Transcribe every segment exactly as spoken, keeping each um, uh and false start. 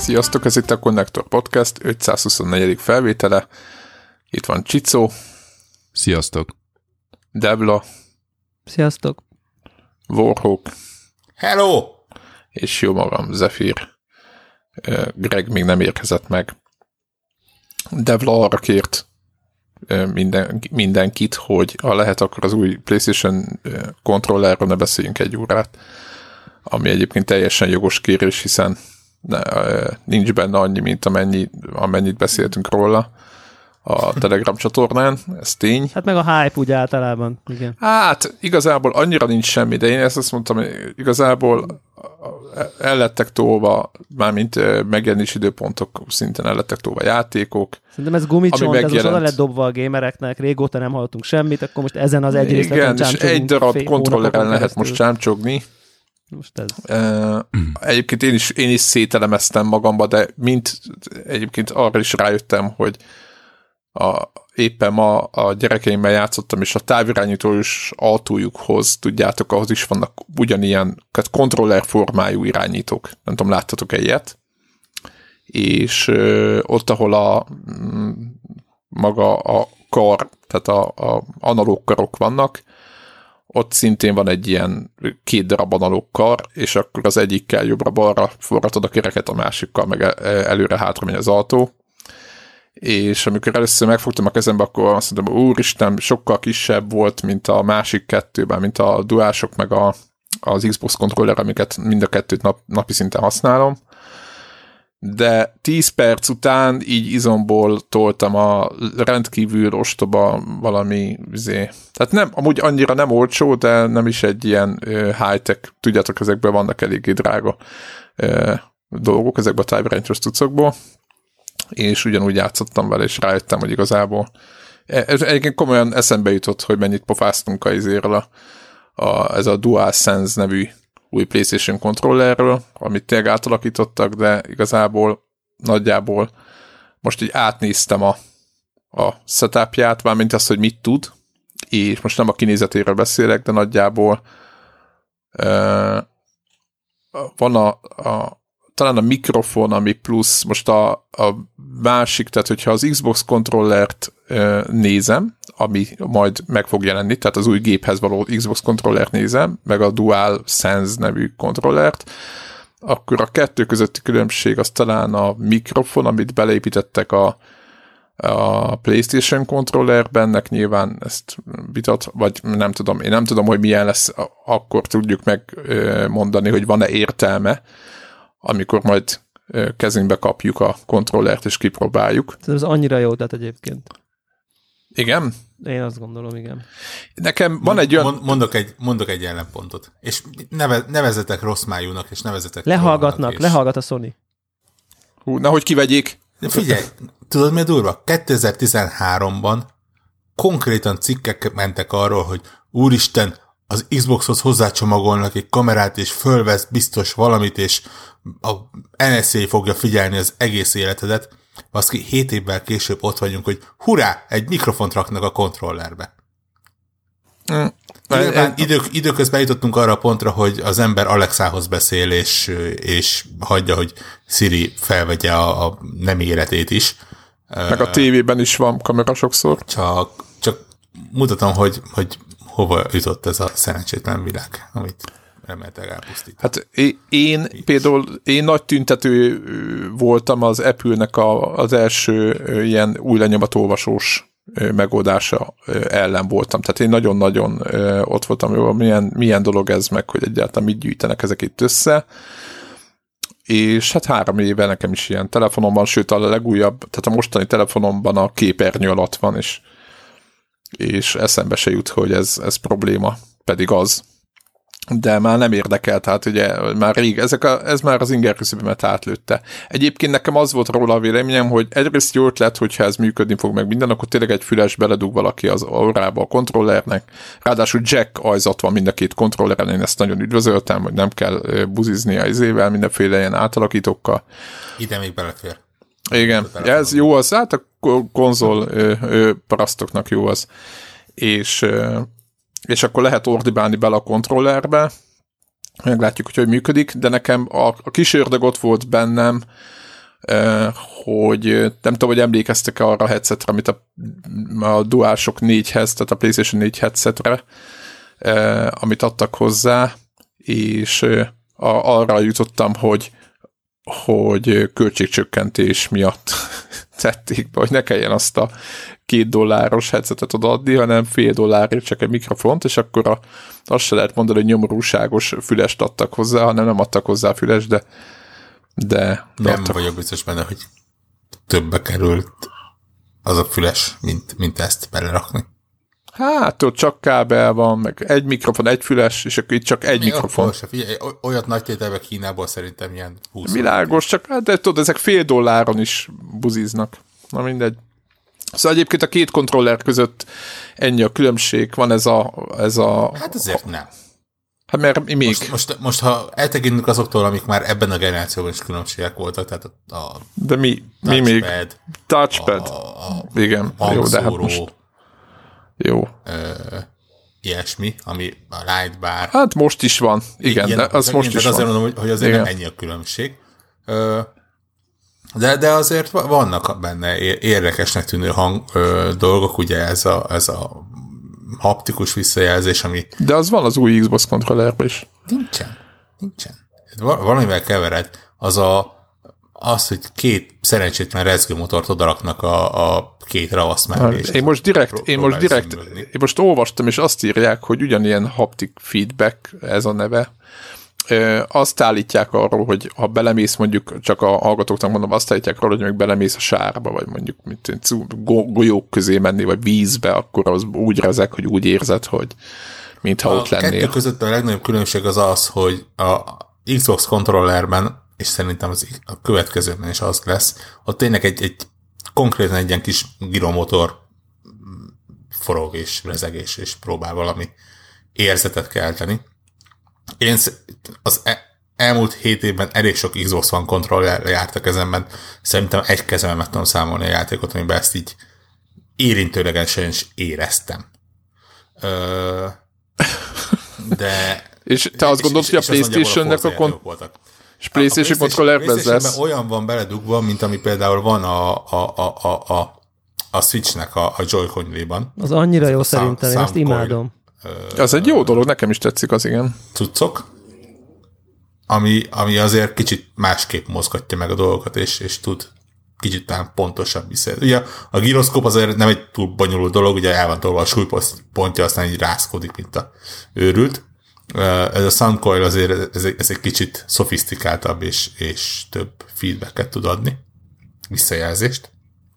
Sziasztok, ez itt a Connector Podcast ötszázhuszonnegyedik felvétele. Itt van Csicó. Sziasztok. Debla. Sziasztok. Warhawk. Hello! És jó magam, Zephyr. Greg még nem érkezett meg. Debla arra kért minden, mindenkit, hogy ha lehet, akkor az új PlayStation kontrollerről ne beszéljünk egy órát, ami egyébként teljesen jogos kérés, hiszen ne, nincs benne annyi, mint amennyi, amennyit beszéltünk róla a Telegram csatornán, ez tény. Hát meg a hype úgy általában, igen. Hát igazából annyira nincs semmi, de én ezt azt mondtam, hogy igazából el lettek tolva, mármint megjelenési időpontok szinten el lettek tolva játékok. Szerintem ez gumicsont, ez most oda lett dobva a gamereknek, régóta nem hallottunk semmit, akkor most ezen az egy részleten igen, és egy darab kontrolleren lehet most csámcsogni. Most ez. Uh, egyébként én is, én is szételemeztem magamba, de mint egyébként arra is rájöttem, hogy a, éppen ma a gyerekeimmel játszottam, és a távirányítós autójukhoz, tudjátok, ahhoz is vannak ugyanilyen, tehát kontroller formájú irányítók. Nem tudom, láttatok ilyet? És ö, ott, ahol a m, maga a kar, tehát a, a analóg karok vannak, ott szintén van egy ilyen két darab analóg kar, és akkor az egyikkel jobbra-balra forgatod a kereket, a másikkal meg előre-hátra megy az autó. És amikor először megfogtam a kezembe, akkor azt mondtam, úristen, sokkal kisebb volt, mint a másik kettőben, mint a DualShock meg a, az Xbox controller, amiket mind a kettőt nap, napi szinten használom. De tíz perc után így izomból toltam a rendkívül ostoba valami izé. Tehát nem, amúgy annyira nem olcsó, de nem is egy ilyen uh, high-tech, tudjátok, ezekben vannak eléggé drága uh, dolgok, ezekben a távirányítós cuccokból, és ugyanúgy játszottam vele, és rájöttem, hogy igazából ez egyébként komolyan eszembe jutott, hogy mennyit pofáztunk a izéről a, a, ez a DualSense nevű új PlayStation controllerről, amit tényleg átalakítottak, de igazából nagyjából most így átnéztem a, a setupját, mármint azt, hogy mit tud, és most nem a kinézetéről beszélek, de nagyjából uh, van a, a talán a mikrofon, ami plusz most a, a másik, tehát hogyha az Xbox kontrollert uh, nézem, ami majd meg fog jelenni, tehát az új géphez való Xbox kontrollert nézem, meg a DualSense nevű kontrollert, akkor a kettő közötti különbség az talán a mikrofon, amit beleépítettek a, a PlayStation kontrollerben, ennek nyilván ezt vitat, vagy nem tudom, én nem tudom, hogy milyen lesz, akkor tudjuk megmondani, hogy van-e értelme, amikor majd kezünkbe kapjuk a kontrollert és kipróbáljuk. Ez annyira jó, tehát egyébként. Igen? Én azt gondolom, igen. Nekem van egy olyan... Mondok egy, mondok egy ellenpontot. És neve, nevezetek rossz májúnak, és nevezetek... Lehallgatnak, és... lehallgat a Sony. Hú, na, hogy kivegyék. De figyelj, tudod mi a durva? kétezer-tizenháromban konkrétan cikkek mentek arról, hogy úristen, az Xboxhoz hozzácsomagolnak egy kamerát, és fölvesz biztos valamit, és a en es á fogja figyelni az egész életedet. Baszki, hét évvel később ott vagyunk, hogy hurrá, egy mikrofont raknak a kontrollerbe. Mm. Nyilván idők, időközben jutottunk arra a pontra, hogy az ember Alexához beszél, és, és hagyja, hogy Siri felvegye a, a nem életét is. Meg a tévében is van kamera sokszor. Csak, csak mutatom, hogy, hogy hova jutott ez a szerencsétlen világ, amit remélhetőleg elpusztít. Hát én például, én nagy tüntető voltam az Apple-nek a, az első ilyen új lenyomatolvasós megoldása ellen voltam. Tehát én nagyon-nagyon ott voltam, hogy milyen, milyen dolog ez meg, hogy egyáltalán mit gyűjtenek ezek itt össze. És hát három éve nekem is ilyen telefonom van, sőt a legújabb, tehát a mostani telefonomban a képernyő alatt van, és, és eszembe se jut, hogy ez, ez probléma, pedig az. De már nem érdekel, tehát ugye már rég, ezek a, ez már az inger küszöbömet átlőtte. Egyébként nekem az volt róla a véleményem, hogy egyrészt jó ötlet, hogyha ez működni fog meg minden, akkor tényleg egy füles beledug valaki az orrába a kontrollernek. Ráadásul jack ajzat van mind a két kontrolleren, én ezt nagyon üdvözöltem, hogy nem kell buzizni az izével, mindenféle ilyen átalakítókkal. Ide még belefér. Igen, ez jó az, hát a konzol ö, ö, parasztoknak jó az. És... Ö, és akkor lehet ordibálni bele a kontrollerbe, meglátjuk, hogy hogy működik, de nekem a, a kis ördög ott volt bennem, hogy nem tudom, hogy emlékeztek arra a headsetre, amit a, a DualShock négyhez, tehát a PlayStation négy headsetre, amit adtak hozzá, és a, arra jutottam, hogy, hogy költségcsökkentés miatt tették be, hogy ne kelljen azt a két dolláros headsetet odaadni, hanem fél dollárért csak egy mikrofont, és akkor a, azt se lehet mondani, hogy nyomorúságos fülest adtak hozzá, hanem nem adtak hozzá füles, de de nem adtak. Vagyok biztos benne, hogy többbe került az a füles, mint, mint ezt belerakni. Hát ott csak kábel van, meg egy mikrofon, egy füles, és akkor itt csak egy Még mikrofon. Se, figyelj, olyat nagy tételbe Kínából szerintem ilyen húsz. Világos, csak hát de tudod, ezek fél dolláron is buziznak. Na mindegy. Szóval egyébként a két kontroller között ennyi a különbség, van ez a... Ez a hát azért nem. Hát mert még... Most, most, most ha eltekintünk azoktól, amik már ebben a generációban is különbségek voltak, tehát a, a de mi, mi még? Touchpad. A, a, igen. Jó, de hát most... Jó. Ö, ilyesmi, ami a lightbar. Hát most is van. Igen, ilyen, de az most is azért van. Mondom, hogy azért igen. Nem ennyi a különbség. Ö, de, de azért vannak benne érdekesnek tűnő hang, ö, dolgok, ugye ez a, ez a haptikus visszajelzés, ami... De az van az új Xbox kontrollerben is. Nincsen. Nincsen. Valamivel kevered. Az a, az, hogy két szerencsétlen rezgőmotort odaraknak a, a két ravasz mellé. Én most direkt, én most direkt, én most olvastam, és azt írják, hogy ugyanilyen haptic feedback, ez a neve. Azt állítják arról, hogy ha belemész, mondjuk csak a hallgatóknak mondom, azt állítják arról, hogy még belemész a sárba, vagy mondjuk mint golyók közé menni, vagy vízbe, akkor az úgy rezeg, hogy úgy érzed, hogy mintha a ott lennél. A kettő között a legnagyobb különbség az az, hogy a Xbox kontrollerben, és szerintem az, a következőben is az lesz, ott tényleg egy, egy konkrétan egy ilyen kis gyromotor forog és rezeg és, és próbál valami érzetet kelteni. Én az elmúlt hét évben elég sok Xbox One kontroller járt a kezemben. Szerintem egy kezemben meg tudom számolni a játékot, amiben ezt így érintőlegesen is éreztem. Ö, de... és te azt gondolod, hogy a PlayStation-nek a kont- és PlayStation kontrollerben ez lesz? Olyan van beledugva, mint ami például van a, a, a, a, a, a Switch-nek a, a Joy-Con-ban. Az annyira jó szerintem, én azt imádom. Az egy jó dolog, nekem is tetszik az, igen. Cuccok, ami, ami azért kicsit másképp mozgatja meg a dolgokat, és, és tud kicsit talán pontosabb visszajelzni. Ugye a gyroszkóp azért nem egy túl bonyolult dolog, ugye el van tolva a súlypontja, aztán így rászkodik, mint a őrült. Ez a Soundcoil azért ez egy, ez egy kicsit szofisztikáltabb, és, és több feedbacket tud adni, visszajelzést.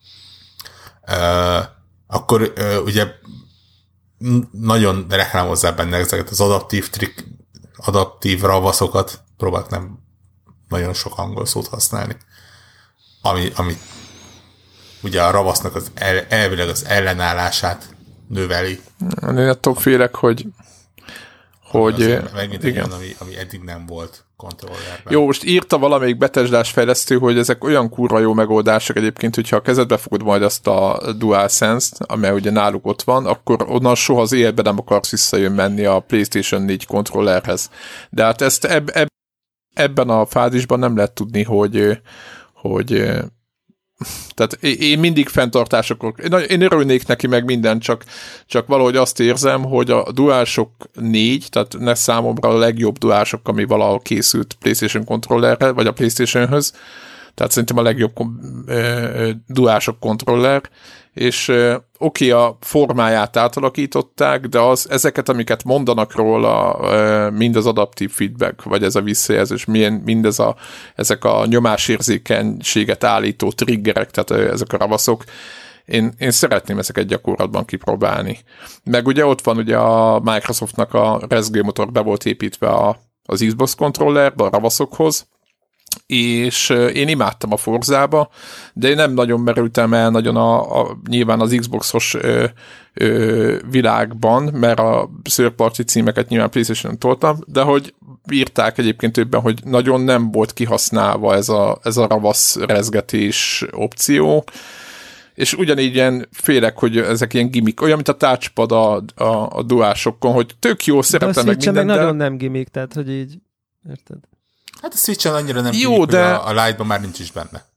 Akkor ugye nagyon reklámozzák benne ezeket az adaptív trik, adaptív ravaszokat, próbálok nem nagyon sok angol szót használni, ami, ami ugye a ravasznak az el, elvileg az ellenállását növeli. Én attól félek, hogy hogy megint igen. Olyan, ami, ami eddig nem volt kontrollerben. Jó, most írta valamelyik Bethesdás fejlesztő, hogy ezek olyan kurva jó megoldások egyébként, hogyha a kezedbe fogod majd ezt a DualSense-t, amely ugye náluk ott van, akkor onnan soha az életben nem akarsz visszajön menni a PlayStation négy kontrollerhez. De hát ezt eb- eb- ebben a fázisban nem lehet tudni, hogy hogy tehát én mindig fenntartásokról, én örülnék neki meg minden, csak, csak valahogy azt érzem, hogy a DualShock négy, tehát ne számomra a legjobb DualShock, ami valahol készült PlayStation kontrollerre, vagy a PlayStationhöz, tehát szerintem a legjobb DualShock kontroller, és oké, okay, a formáját átalakították, de az, ezeket, amiket mondanak róla, mind az adaptív feedback, vagy ez a visszajelzés, mind ez a, ezek a nyomásérzékenységet állító triggerek, tehát ezek a ravaszok, én, én szeretném ezeket gyakorlatban kipróbálni. Meg ugye ott van ugye a Microsoftnak a rezgőmotor be volt építve a, az Xbox kontrollerbe, a ravaszokhoz, és én imádtam a Forzába, de én nem nagyon merültem el nagyon a, a nyilván az Xboxos ö, ö, világban, mert a szőrparti címeket nyilván PlayStation-on toltam, de hogy írták egyébként többen, hogy nagyon nem volt kihasználva ez a, ez a ravasz rezgetés opció, és ugyanígy ilyen félek, hogy ezek ilyen gimmick, olyan, mint a touchpad a, a, a DualShockon, hogy tök jó, szeretem meg minden, de... nagyon nem gimmick, tehát hogy így, érted? Hát a Switch-en annyira nem jó, de... a, a Lite-ban már nincs is benne.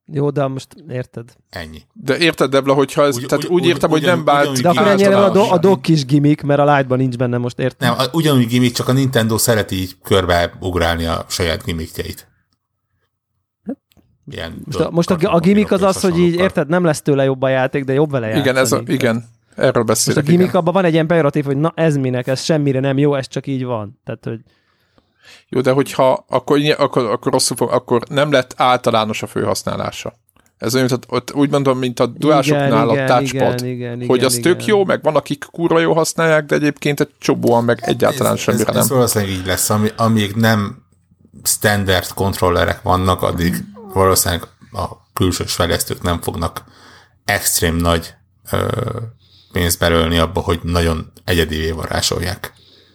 Jó, de most érted. Ennyi. De érted, Debla, hogyha ez, Ugy, tehát ugy, úgy értem, ugy, hogy nem vált. De akkor ennyire a, do, a dog kis gimmick, mert a Lite-ban nincs benne, most értem. Nem, ugyanúgy gimmick, csak a Nintendo szereti így körbe ugrálni a saját gimmickjeit. Ilyen most a, most a, a gimmick az az, hogy így érted, nem lesz tőle jobb a játék, de jobb vele játszani. Igen, ez a, igen. Erről beszélek. Most a gimmick abban van egy ilyen pejoratív, hogy na ez minek, ez semmire nem jó, ez csak így van. Tehát, hogy... Jó, de hogyha akkor, akkor, akkor rosszul fog, akkor nem lett általános a főhasználása. Ez olyan, ott úgy mondom, mint a DualShocknál a touchpad, igen, igen, hogy az igen. Tök jó, meg van, akik kurva jó használják, de egyébként egy csomóan meg egyáltalán ez, semmire ez, nem. Ez valószínűleg így lesz, ami, amíg nem standard kontrollerek vannak, addig valószínűleg a külsős fejlesztők nem fognak extrém nagy ö, pénzt belölni abba, hogy nagyon egyedivé varázsolják.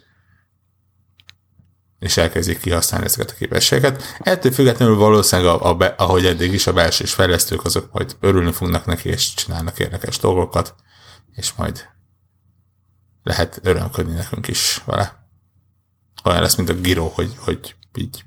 És elkezdik kihasználni ezeket a képességeket. Ettől függetlenül valószínűleg, a, a be, ahogy eddig is, a belsős fejlesztők azok majd örülni fognak neki, és csinálnak érdekes dolgokat, és majd lehet örömködni nekünk is vele. Olyan lesz, mint a Giro, hogy, hogy így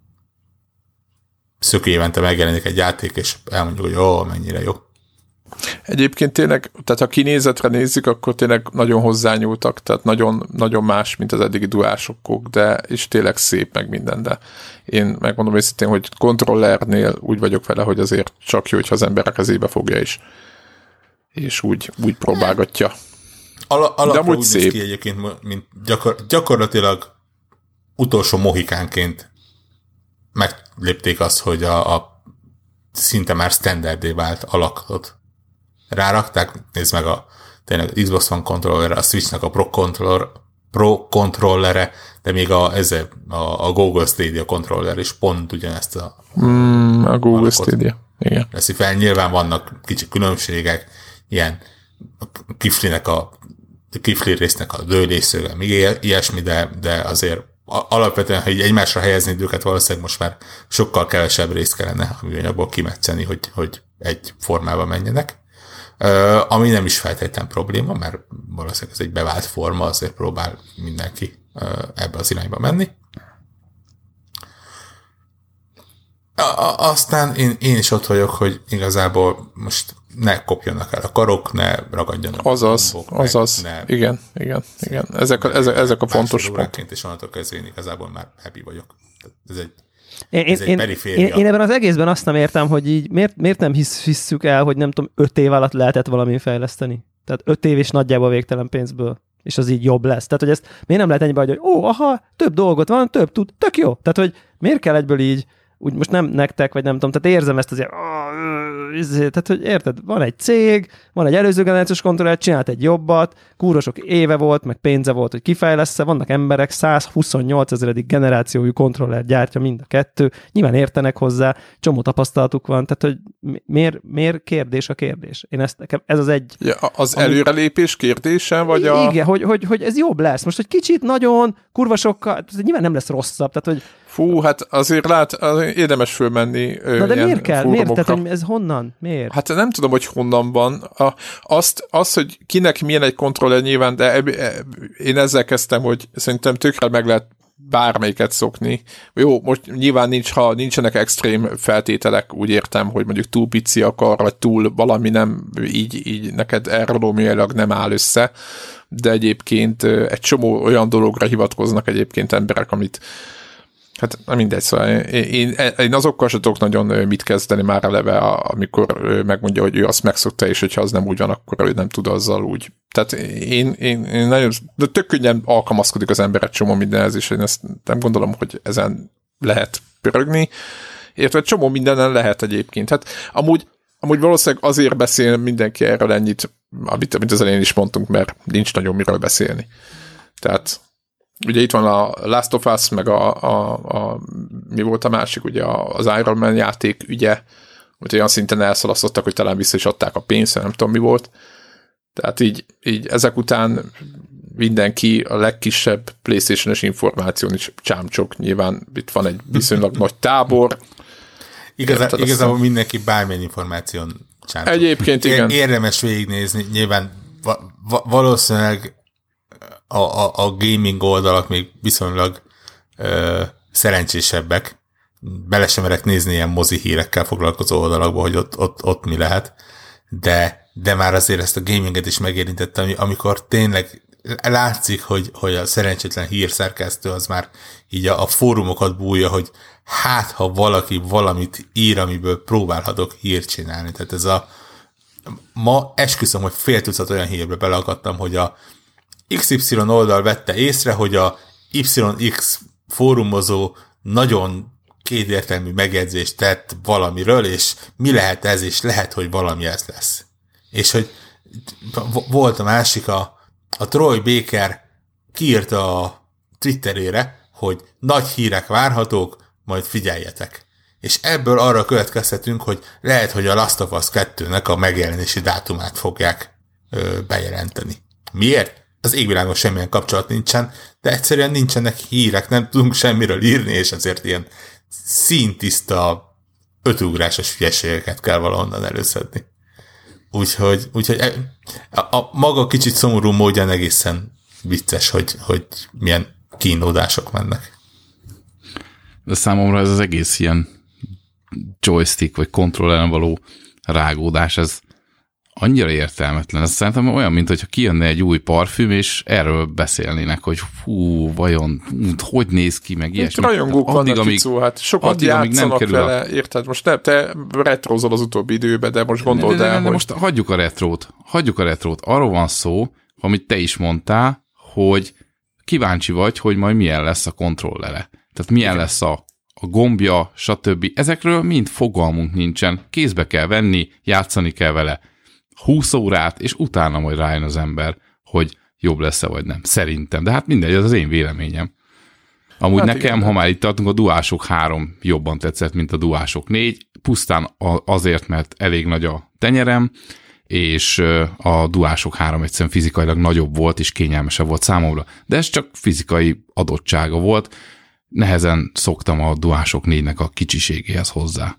szök évente megjelenik egy játék, és elmondjuk, hogy ó, mennyire jó. Egyébként tényleg, tehát ha kinézetre nézzük, akkor tényleg nagyon hozzányúltak, tehát nagyon, nagyon más, mint az eddigi DualShockok, de és tényleg szép meg minden, de én megmondom őszintén, hogy kontrollernél úgy vagyok vele, hogy azért csak jó, hogyha az ember a kezébe fogja is, és úgy, úgy próbálgatja. Al- alapra úgy néz ki egyébként, mint gyakor- gyakorlatilag utolsó mohikánként meglépték azt, hogy a, a szinte már standardé vált alakot rárakták, nézd meg a tényleg Xbox One kontrollere, a Switchnek a Pro, controller, Pro kontrollere, de még a, ez a, a Google Stadia kontroller is pont ugyanezt a mm, a Google Stadia, igen. Leszi fel, nyilván vannak kicsi különbségek, ilyen a kiflinek a, a kifli résznek a dőlésszöge, még ilyesmi, de, de azért alapvetően, ha így egymásra helyezni őket, valószínűleg most már sokkal kevesebb részt kellene a műanyagból kimetszeni, hogy, hogy egy formában menjenek. Uh, ami nem is feltétlen probléma, mert valószínűleg ez egy bevált forma, azért próbál mindenki uh, ebbe az irányba menni. A- aztán én, én is ott vagyok, hogy igazából most ne kopjanak el a karok, ne ragadjanak. Azaz, gombok, azaz, ne igen, igen, igen. Ezek a, ezek, ezek a fontos pontok. És onnantól kezdve én igazából már happy vagyok. Ez egy Én, én, én, én, én ebben az egészben azt nem értem, hogy így miért, miért nem hisz, hisszük el, hogy nem tudom, öt év alatt lehetett valamin fejleszteni. Tehát öt év és nagyjából végtelen pénzből, és az így jobb lesz. Tehát, hogy ezt miért nem lehet ennyiben, hogy ó, aha, több dolgot van, több tud, tök jó. Tehát, hogy miért kell egyből így, úgy most nem nektek, vagy nem tudom, tehát érzem ezt azért, tehát, hogy érted, van egy cég, van egy előző generációs kontroller, csinált egy jobbat, kúrosok éve volt, meg pénze volt, hogy kifejlessze, vannak emberek, száz huszonnyolc ezeredik generációjú kontroller gyártja mind a kettő, nyilván értenek hozzá, csomó tapasztalatuk van, tehát, hogy miért, miért kérdés a kérdés? Én ezt, ez az egy... Ja, az ami... előrelépés kérdése, vagy a... Igen, hogy, hogy, hogy ez jobb lesz. Most, hogy kicsit, nagyon, kurva sokkal, nyilván nem lesz rosszabb, tehát, hogy Fú, hát azért lát, azért érdemes fölmenni. Na de miért kell? Miért? Tehát, hogy ez honnan? Miért? Hát nem tudom, hogy honnan van. A, azt, az, hogy kinek milyen egy kontroller nyilván, de eb, eb, én ezzel kezdtem, hogy szerintem tökre meg lehet bármelyiket szokni. Jó, most nyilván nincs, ha nincsenek extrém feltételek, úgy értem, hogy mondjuk túl pici akar, vagy túl valami nem, így, így neked ergonómiailag nem áll össze, de egyébként egy csomó olyan dologra hivatkoznak egyébként emberek, amit hát mindegy, szóval én, én, én azokkal sem tudok nagyon mit kezdeni már eleve, amikor megmondja, hogy ő azt megszokta, és hogyha az nem úgy van, akkor ő nem tud azzal úgy. Tehát én, én, én nagyon, de tök könnyen alkalmazkodik az ember egy csomó mindenhez, és én ezt nem gondolom, hogy ezen lehet pörögni. Értve egy csomó mindenen lehet egyébként. Hát amúgy, amúgy valószínűleg azért beszél mindenki erről ennyit, amit, amit az elején is mondtunk, mert nincs nagyon miről beszélni. Tehát ugye itt van a Last of Us, meg a, a, a mi volt a másik, ugye az Iron Man játék ügye, hogy olyan szinten elszalasztottak, hogy talán vissza is adták a pénzt, nem tudom mi volt. Tehát így, így ezek után mindenki a legkisebb PlayStation-es információn is csámcsok. Nyilván itt van egy viszonylag nagy tábor. Igazá, igazából aztán mindenki bármilyen információn csámcsok. Egyébként igen. Érdemes végignézni. Nyilván va, va, valószínűleg A, a, a gaming oldalak még viszonylag ö, szerencsésebbek, bele sem merek nézni ilyen mozi hírekkel foglalkozó oldalakba, hogy ott, ott, ott mi lehet, de, de már azért ezt a gaminget is megérintette, amikor tényleg látszik, hogy, hogy a szerencsétlen hírszerkesztő az már így a, a fórumokat bújja, hogy hát, ha valaki valamit ír, amiből próbálhatok hírt csinálni. Tehát ez a ma esküszöm, hogy fél tucat olyan hírbe beleakadtam, hogy a iksz ipszilon oldal vette észre, hogy a Y X fórumozó nagyon kétértelmű megjegyzést tett valamiről, és mi lehet ez, és lehet, hogy valami ez lesz. És hogy volt a másik, a, a Troy Baker kiírta a Twitterére, hogy nagy hírek várhatók, majd figyeljetek. És ebből arra következtetünk, hogy lehet, hogy a Last of Us kettőnek a megjelenési dátumát fogják ö, bejelenteni. Miért? Az égvilágon semmilyen kapcsolat nincsen, de egyszerűen nincsenek hírek, nem tudunk semmiről írni, és ezért ilyen színtiszta ötugrásos hülyeségeket kell valahonnan előszedni. Úgyhogy, úgyhogy a, a maga kicsit szomorú módján egészen vicces, hogy, hogy milyen kínlódások mennek. De számomra ez az egész ilyen joystick vagy kontrolleren való rágódás, ez annyira értelmetlen. Ez szerintem olyan, mint hogyha kijönne egy új parfüm, és erről beszélnének, hogy hú, vajon, hogy néz ki, meg ilyesmi. Rajongók vannak, amíg, Ficó, hát sokat addig, játszanak nem vele, a... érted? Most te, te retrozol az utóbbi időben, de most gondold ne, ne, ne, el, ne, hogy... Most hagyjuk a retrót, hagyjuk a retrót. Arról van szó, amit te is mondtál, hogy kíváncsi vagy, hogy majd milyen lesz a kontrollere. Tehát milyen Igen. lesz a, a gombja, stb. Ezekről mind fogalmunk nincsen. Kézbe kell venni, játszani kell vele húsz órát, és utána majd rájön az ember, hogy jobb lesz-e vagy nem. Szerintem. De hát mindegy, ez az én véleményem. Amúgy hát nekem, igen, ha már itt tartunk, a DualShock három jobban tetszett, mint a DualShock négy, pusztán azért, mert elég nagy a tenyerem, és a DualShock három egyszerűen fizikailag nagyobb volt, és kényelmesebb volt számomra. De ez csak fizikai adottsága volt. Nehezen szoktam a DualShock négynek a kicsiségéhez hozzá.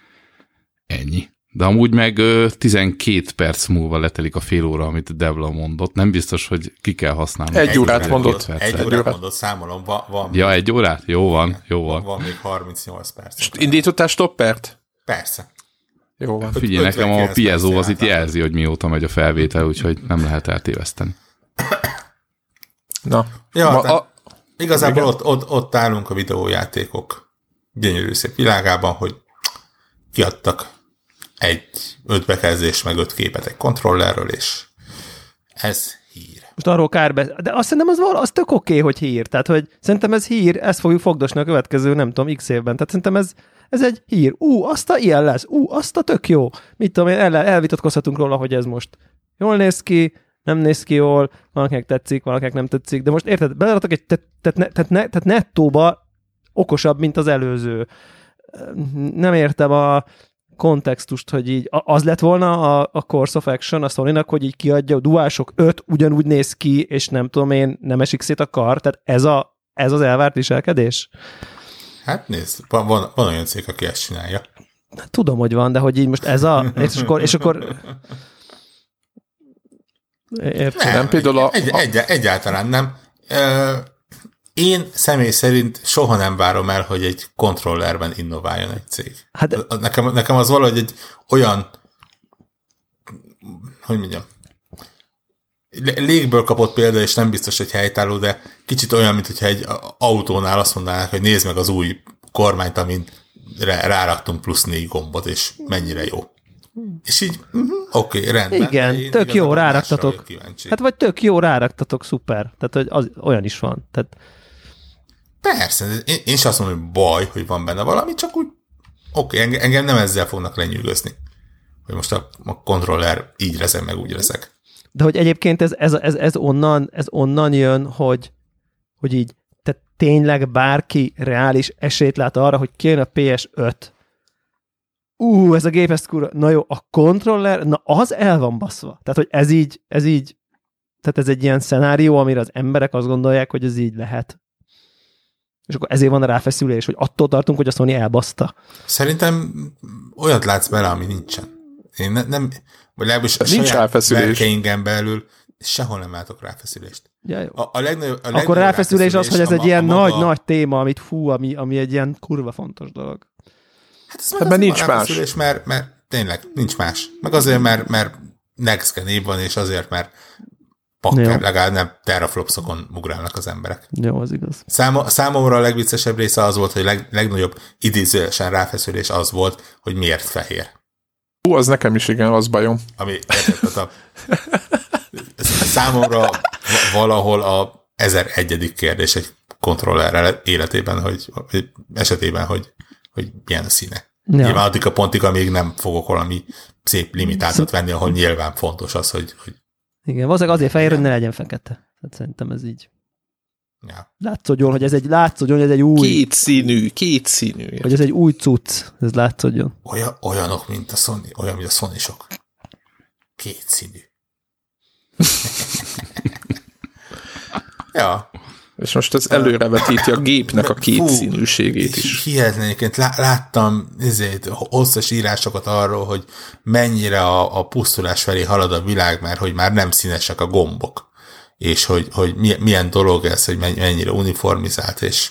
Ennyi. De amúgy meg tizenkét perc múlva letelik a fél óra, amit Devla mondott. Nem biztos, hogy ki kell használni. Egy, egy órát mondott. Egy, egy órát mondott, számolom. Van, van ja, egy órát? Jó van, jó van. Van még harmincnyolc perc. És indítottál stoppert? Persze. Jó van. Figyelj, nekem a Piezo az itt jelzi, hogy mióta megy a felvétel, úgyhogy nem lehet eltéveszteni. Na. Ja, Ma, a... Igazából ott, ott, ott állunk a videójátékok gyönyörű szép világában, hogy kiadtak egy öt bekezdés, meg öt képet egy kontrollerről, és ez hír. Most arról kár be... De azt szerintem az, az tök oké, okay, hogy hír. Tehát, hogy szerintem ez hír, ezt fogjuk fogdosni a következő, nem tudom, x évben. Tehát szerintem ez, ez egy hír. Ú, azt a ilyen lesz. Ú, azt a tök jó. Mit tudom én, el, elvitatkozhatunk róla, hogy ez most jól néz ki, nem néz ki jól, valakinek tetszik, valakinek nem tetszik, de most érted, beleadtak egy, tehát, tehát, tehát, tehát nettóba okosabb, mint az előző. Nem értem a kontextust, hogy így az lett volna a, a Course of Action a Sony-nak, hogy így kiadja a DualShock öt, ugyanúgy néz ki, és nem tudom én, nem esik szét a kar, tehát ez, a, ez az elvárt viselkedés? Hát nézd, van, van, van olyan cég, aki ezt csinálja. Tudom, hogy van, de hogy így most ez a... És akkor... És akkor értem. Nem, például a... Egy, egy, egyáltalán nem. Én személy szerint soha nem várom el, hogy egy kontrollerben innováljon egy cég. Hát, nekem, nekem az valahogy egy olyan, hogy mondjam, légből kapott példa, és nem biztos, hogy helytálló, de kicsit olyan, mint hogyha egy autónál azt mondanák, hogy nézd meg az új kormányt, amin ráraktunk plusz négy gombot, és mennyire jó. És így, uh-huh, oké, okay, rendben. Igen, tök jó, ráraktatok. Hát vagy tök jó, ráraktatok, szuper. Tehát, hogy az, olyan is van. Tehát... Persze, én, én is azt mondom, hogy baj, hogy van benne valami, csak úgy, oké, okay, engem, engem nem ezzel fognak lenyűgözni. Hogy most a, a kontroller így rezeg, meg úgy rezeg. De hogy egyébként ez, ez, ez, ez, onnan, ez onnan jön, hogy, hogy így, tehát tényleg bárki reális esélyt lát arra, hogy kijön a pé es öt. Ú, ez a gép, ez kurva, na jó, a kontroller, na az el van baszva. Tehát, hogy ez így, ez így, tehát ez egy ilyen szenárió, amire az emberek azt gondolják, hogy ez így lehet. És akkor ezért van a ráfeszülés, hogy attól tartunk, hogy a Sony elbaszta. Szerintem olyat látsz bele, ami nincsen. Én ne, nem, vagy legalábbis a nincs saját verkeingen belül sehol nem látok ráfeszülést. Ja, jó. A, a legnagyobb, a Akkor legnagyobb ráfeszülés az, hogy ez egy a, ilyen a maga... nagy, nagy téma, amit fú, ami, ami egy ilyen kurva fontos dolog. Hát ez hát mert nincs más. Mert, mert tényleg nincs más. Meg azért, mert, mert next gen év van, és azért, mert pakker, legalább nem teraflopsokon ugrálnak az emberek. Jó, az igaz. Szám, számomra a legviccesebb része az volt, hogy leg, legnagyobb idézősen ráfeszülés az volt, hogy miért fehér. Hú, az nekem is igen, az bajom. Ami érted, a, számomra valahol a ezeregyedik kérdés egy kontroller életében, hogy, hogy esetében, hogy, hogy milyen a színe. Ja. Nyilván addig a pontig, amíg nem fogok valami szép limitátot venni, ahol nyilván fontos az, hogy... hogy igen, valószínűleg azért fehér, hogy ne legyen fekete. Tehát szerintem ez így. Ja. Látszódjon, hogy ez egy, látszódjon, hogy ez egy új... Két színű, két színű. Hogy ez egy új cucc, ez látszódjon. Olyan, olyanok, mint a Sony, olyan, mint a Sony-sok. Két színű. Ja. És most ez előrevetíti a gépnek a kétszínűségét is. Hihetetlenként láttam ezért, hosszas írásokat arról, hogy mennyire a, a pusztulás felé halad a világ, mert hogy már nem színesek a gombok. És hogy, hogy milyen dolog ez, hogy mennyire uniformizált, és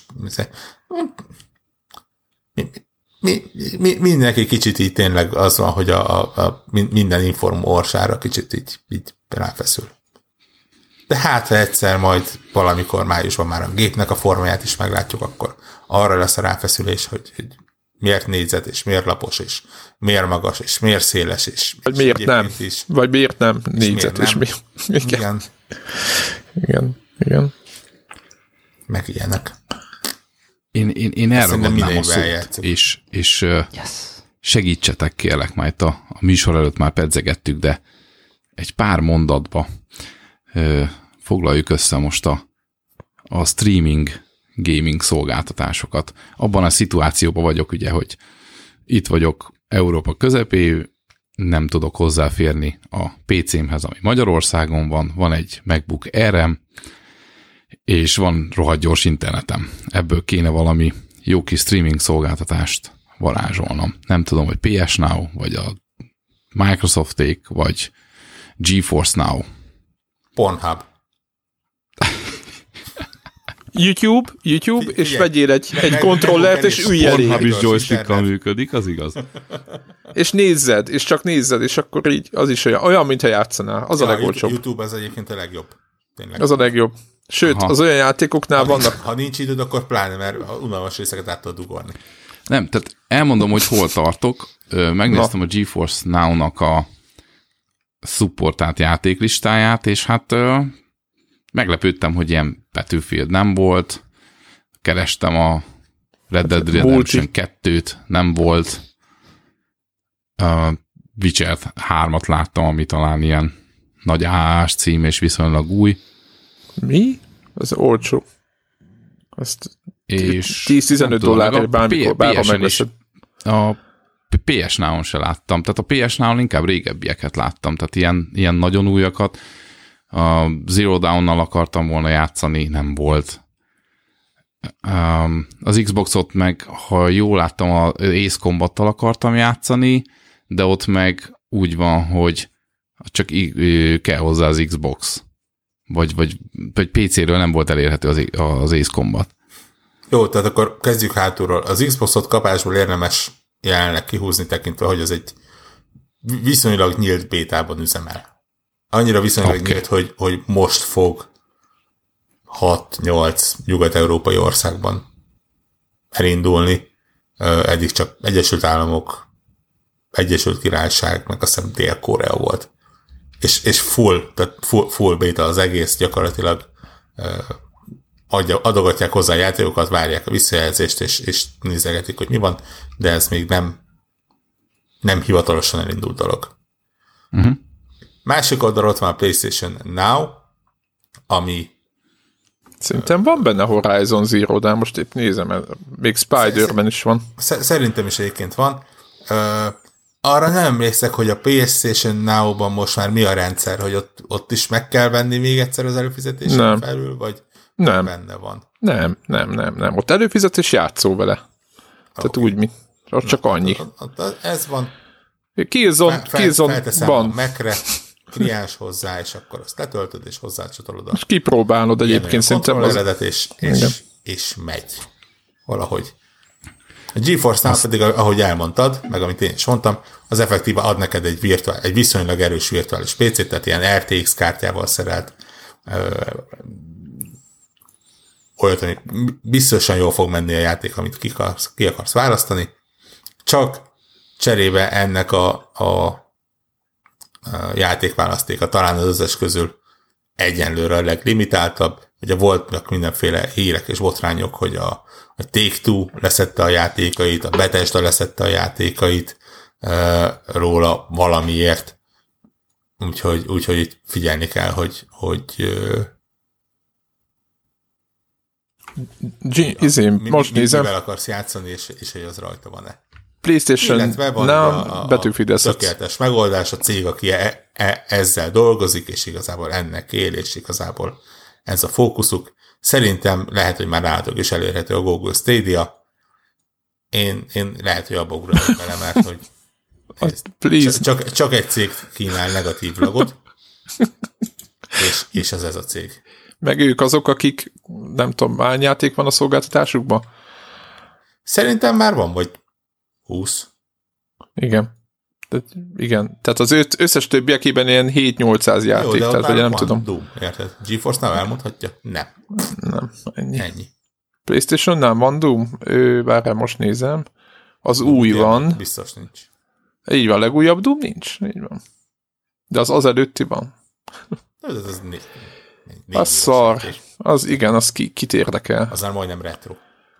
mi, mi, mi, mindenki kicsit így tényleg az van, hogy a, a, a minden inform orsára kicsit így, így ráfeszül. De hát, ha egyszer majd valamikor májusban már a gépnek a formáját is meglátjuk, akkor arra lesz a ráfeszülés, hogy, hogy miért négyzet, és miért lapos, és miért magas, és miért széles, és vagy miért nem, is, vagy miért nem négyzet, és miért nem. És mi... Igen. Igen, igen. Meg ilyenek. Én, én, én elragadnám a szót, és, és yes. segítsetek kérlek, majd a, a műsor előtt már pedzegettük, de egy pár mondatba ö, foglaljuk össze most a, a streaming gaming szolgáltatásokat. Abban a szituációban vagyok, ugye, hogy itt vagyok Európa közepén, nem tudok hozzáférni a pé cémhez, ami Magyarországon van, van egy MacBook Air-em, és van rohadt gyors internetem. Ebből kéne valami jó kis streaming szolgáltatást varázsolnom. Nem tudom, hogy pé es Now, vagy a Microsofték, vagy GeForce Now. Pornhub. YouTube, YouTube, F- és vegyél egy, egy meg, kontrollert, és ülj elé. Pornhub is joystickkal működik, az igaz. És nézzed, és csak nézzed, és akkor így az is olyan, olyan mintha játszanál. Az ja, a legolcsóbb. YouTube az egyébként a legjobb. Tényleg. Az a legjobb. Sőt, aha. az olyan játékoknál ha vannak... Ha nincs időd, akkor pláne, mert unalmas részeket át tudod ugorni. Nem, tehát elmondom, hogy hol tartok. Megnéztem Na. a GeForce Now-nak a supportált játéklistáját, és hát meglepődtem, hogy ilyen Battlefield nem volt. Kerestem a Red Dead Redemption kettőt, nem volt. A Witcher hármat láttam, ami talán ilyen nagy á á-s cím, és viszonylag új. Mi? Az olcsó. Azt tíz-tizenöt dollárért bármikor, bárha megveszed. A pé es Now-on se láttam. Tehát a pé es Now-on inkább régebbieket láttam. Tehát ilyen, ilyen nagyon újakat. A Zero Dawn-nal akartam volna játszani, nem volt. Az Xboxot meg, ha jól láttam, az Ace Combattal akartam játszani, de ott meg úgy van, hogy csak kell hozzá az Xbox. Vagy, vagy, vagy pé céről nem volt elérhető az, az Ace Combat. Jó, tehát akkor kezdjük hátulról. Az Xboxot kapásból érdemes jelenleg kihúzni tekintve, hogy ez egy viszonylag nyílt bétában üzemel. Annyira viszonylag okay. nyílt, hogy, hogy most fog hat-nyolc nyugat-európai országban elindulni. Eddig csak Egyesült Államok, Egyesült Királyság, meg azt hiszem Dél-Korea volt. És, és full, tehát full, full beta az egész, gyakorlatilag adja, adogatják hozzá a játékokat, várják a visszajelzést, és, és nézegetik, hogy mi van, de ez még nem, nem hivatalosan elindult dolog. Uh-huh. Másik oldalon ott van a PlayStation Now, ami szerintem van benne Horizon Zero, de most épp nézem, még Spider-Man is van. Szerintem is egyébként van. Arra nem emlékszek, hogy a PlayStation Now-ban most már mi a rendszer, hogy ott, ott is meg kell venni még egyszer az előfizetésen nem. felül, vagy nem. benne van? Nem, nem, nem, nem. Ott előfizetés játszó vele. Okay. Tehát úgy, mi. Ott csak annyi. Ez van. Killzone, fel, Killzone van. a Mac-re. kliens hozzá, és akkor azt letöltöd, és hozzácsatolod a... És kipróbálod egyébként szerintem az... és, és, és megy. Valahogy. A GeForce-nál azt... pedig, ahogy elmondtad, meg amit én is mondtam, az effektíve ad neked egy, virtuál, egy viszonylag erős virtuális pé cét, tehát ilyen er té iksz kártyával szerelt ö, olyat, ami biztosan jól fog menni a játék, amit ki akarsz, ki akarsz választani, csak cserébe ennek a, a, a játékválasztéka talán az összes közül egyenlőre a leglimitáltabb. Ugye voltak mindenféle hírek és botrányok, hogy a, a Take-Two leszette a játékait, a Bethesda leszette a játékait e, róla valamiért. Úgyhogy, úgyhogy itt figyelni kell, hogy, hogy G- izé, mi, most mi, nézem. Mivel akarsz játszani, és, és hogy az rajta van-e. PlayStation, nem, Battlefield Assets. Tökéletes megoldás, a cég, aki e, e, ezzel dolgozik, és igazából ennek él, és igazából ez a fókuszuk. Szerintem lehet, hogy már nálatok is elérhető a Google Stadia. Én, én lehet, hogy abba ugrálok vele, mert hogy ez, csak, csak egy cég kínál negatív logot, és, és az ez a cég. Meg ők azok, akik nem tudom, hány játék van a szolgáltatásukban? Szerintem már van, vagy húsz. Igen. Tehát, igen. Tehát az összes többiekében ilyen hét-nyolcszáz játék. Jó, tehát vagy nem tudom. Doom, érted? GeForce-nál elmondhatja? Nem. Nem. Ennyi. Ennyi. PlayStation-nál van Doom? Ő, várjál, most nézem. Az Doom új van. Biztos nincs. Így van, a legújabb Doom nincs. Így van. De az az előtti van. Ez az né- az szar. Az igen, az ki, kit érdekel. Az már majdnem retro.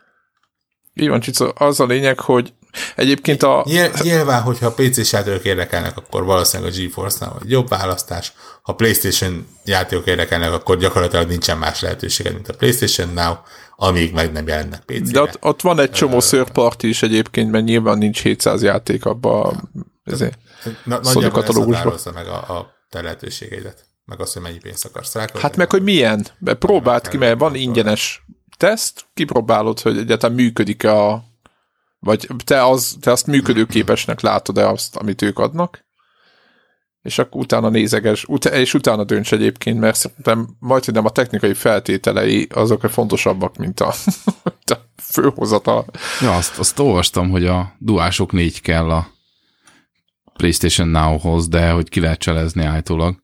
Így van, Csico, az a lényeg, hogy egyébként a... Nyilván, hogyha a pé cés játékok érdekelnek, akkor valószínűleg a GeForce-nál vagy jobb választás. Ha PlayStation játékok érdekelnek, akkor gyakorlatilag nincsen más lehetőséged, mint a PlayStation-nál, amíg meg nem jelennek pé cére. De ott, ott van egy csomó third party is egyébként, mert nyilván nincs hétszáz játék abban a Na, nagyjából ezt határozza meg a, a te lehetőségeidet. Meg azt, hogy mennyi pénzt akarsz rá. Hát meg, hogy milyen. Próbáld ki, mert van ingyenes teszt, kipróbálod, hogy egyáltalán működik-e a... Vagy te, az, te azt működőképesnek látod-e azt, amit ők adnak, és akkor utána nézeges, ut- és utána dönts egyébként, mert szerintem majd nem a technikai feltételei azok a fontosabbak, mint a, a főhozatal. Ja, azt, azt olvastam, hogy a DualShock négy kell a PlayStation Now-hoz, de hogy ki lehet cselezni állítólag.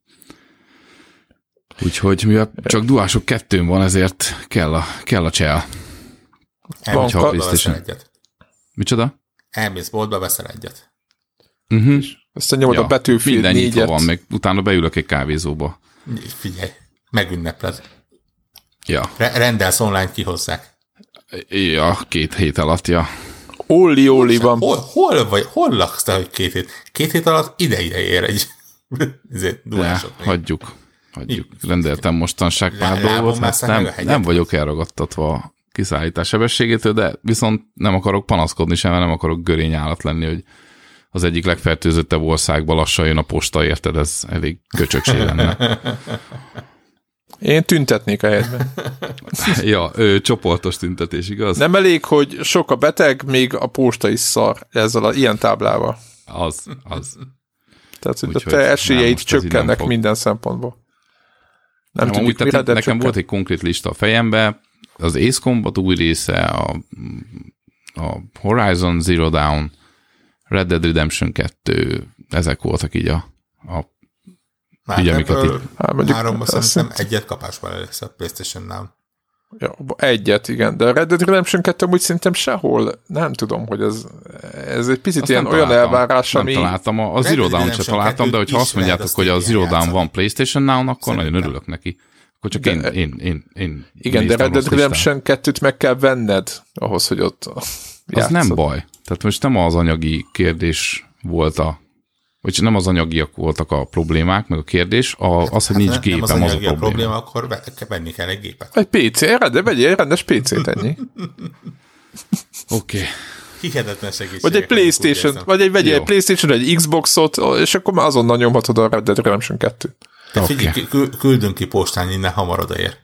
Úgyhogy mivel csak DualShock kettőn van, ezért kell a, kell a csel. Elmész boltba veszel egyet. Micsoda? Elmész boltba veszel egyet. Uh-huh. Aztán nyomod ja, a Battlefield minden négyet. Minden van, meg utána beülök egy kávézóba. Figyelj, megünnepled. Ja. Re- rendelsz online, kihozzák. Ja, két hét alatt, ja. Olli, Olli van. Hol, hol, vagy, hol laksz te, hogy két hét? Két hét alatt ide-ide ér egy DualShock. Ja, hagyjuk. hagyjuk. Rendeltem mostanság pár dolgot, mert nem, nem vagyok elragadtatva a kiszállítás sebességétől, de viszont nem akarok panaszkodni sem, mert nem akarok görény állat lenni, hogy az egyik legfertőzöttebb országban lassan jön a posta, érted? Ez elég köcsökség lenne. Én tüntetnék a helyetben. Ja, ő, csoportos tüntetés, igaz? Nem elég, hogy sok a beteg, még a posta is szar ezzel a ilyen táblával. Az, az. Tehát, hogy Úgy, a te esélyeid csökkennek nem minden szempontból. Nem, nem tudjuk, mire, de nekem csökken. Volt egy konkrét lista a fejembe, az Ace Combat új része, a, a Horizon Zero Dawn, Red Dead Redemption kettő, ezek voltak így a, a ügyemiket itt. Háromban szerintem egyet kapásban lesz a PlayStation-nál. Ja, egyet, igen, de a Red Dead Redemption kettő úgy szerintem sehol, nem tudom, hogy ez, ez egy picit azt ilyen olyan találtam, elvárás, ami... Nem találtam, a, a Zero Dawn-t se találtam, de hogyha azt mondjátok, hogy a Zero Dawn van PlayStation Now-n, akkor szerintem. Nagyon örülök neki. Akkor csak de, én, én, én, én igen, de Red Dead Redemption kettőt meg kell venned ahhoz, hogy ott játszod. Az nem baj. Tehát most nem az anyagi kérdés volt a vagy nem az anyagiak voltak a problémák, meg a kérdés, a, az, hogy nincs hát gépem, az, az a probléma. probléma, akkor venni kell egy gépet. Egy pé cé, de vegyél egy rendes pé cét, ennyi. Oké. Okay. Hihetetlen segítség. Vagy egy PlayStation, vagy egy vegyél egy PlayStation, egy Xboxot, és akkor már azonnal nyomhatod a Red Dead Redemption kettőt. Te okay. Figyelj, küldünk ki postán, innen hamar odaér.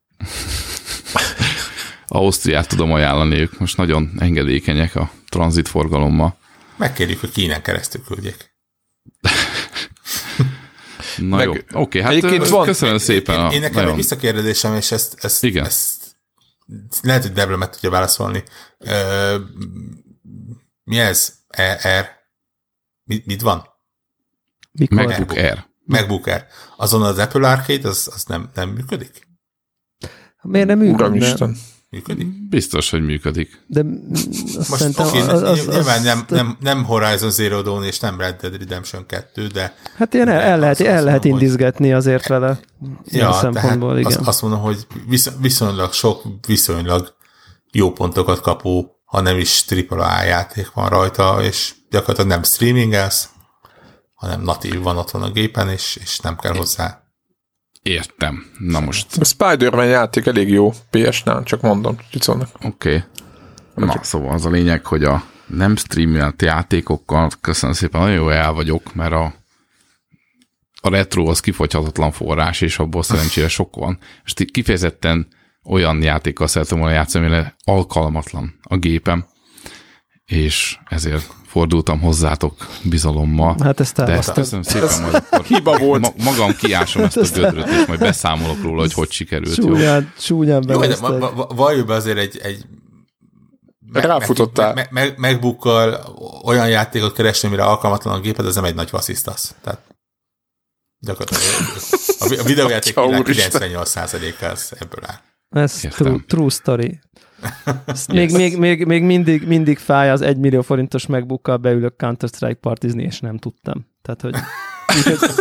Ausztriát tudom ajánlani, ők most nagyon engedékenyek a tranzitforgalommal. Megkérjük, hogy Kínán keresztül küldjék. Na meg, jó, oké, okay, hát van, köszönöm szépen. Én, én, én nekem nagyon... egy visszakérdésem, és ezt, ezt, Igen. ezt lehet, hogy Debra meg tudja válaszolni. Uh, mi ez? R? Mit, mit van? Mikor? MacBook Air. MacBook Air. Azon az Apple Arcade, az, az nem, nem működik? Miért nem működik? Működik? Biztos, hogy működik. De most oké, okay, az, nyilván az, nem, nem, nem Horizon Zero Dawn és nem Red Dead Redemption kettő, de... Hát ilyen el, el lehet, el mondom, lehet indizgetni azért vele. Ja, szempontból, igen. Azt, azt mondom, hogy viszonylag sok, viszonylag jó pontokat kapó, ha nem is tripla á játék van rajta, és gyakorlatilag nem streamingelsz, hanem natív van otthon a gépen, és, és nem kell hozzá. Értem. Na most. A Spider-Man játék elég jó pé es-nál, csak mondom Csicónak. Oké. Okay. Na, csak... szóval az a lényeg, hogy a nem streamelt játékokkal, köszönöm szépen, nagyon jó el vagyok, mert a, a retro az kifogyhatatlan forrás, és abból szerencsére sok van. És kifejezetten olyan játékkal szeretem volna játszani, amire alkalmatlan a gépem, és ezért fordultam hozzátok bizalommal. Hát ezt de ezt köszönöm szépen, majd akkor hiba volt. Ma- magam kiásom ezt a gödröt, és majd beszámolok róla, hogy hogy sikerült. Csúnyán, csúnyán jó, de ma, ma, valljuk be azért egy, egy ráfutottál. Me, me, me, MacBookkal olyan játékot keresni, amire alkalmatlan a géped, ez nem egy nagy vasszisztasz. Tehát gyakorlatilag a, a videójáték világ kilencvennyolc százaléka ebből áll. Ez true, true story. még, még, még, még mindig, mindig fáj az egy millió forintos MacBookkal beülök Counter-Strike partizni, és nem tudtam. Tehát, hogy úgy, hogy,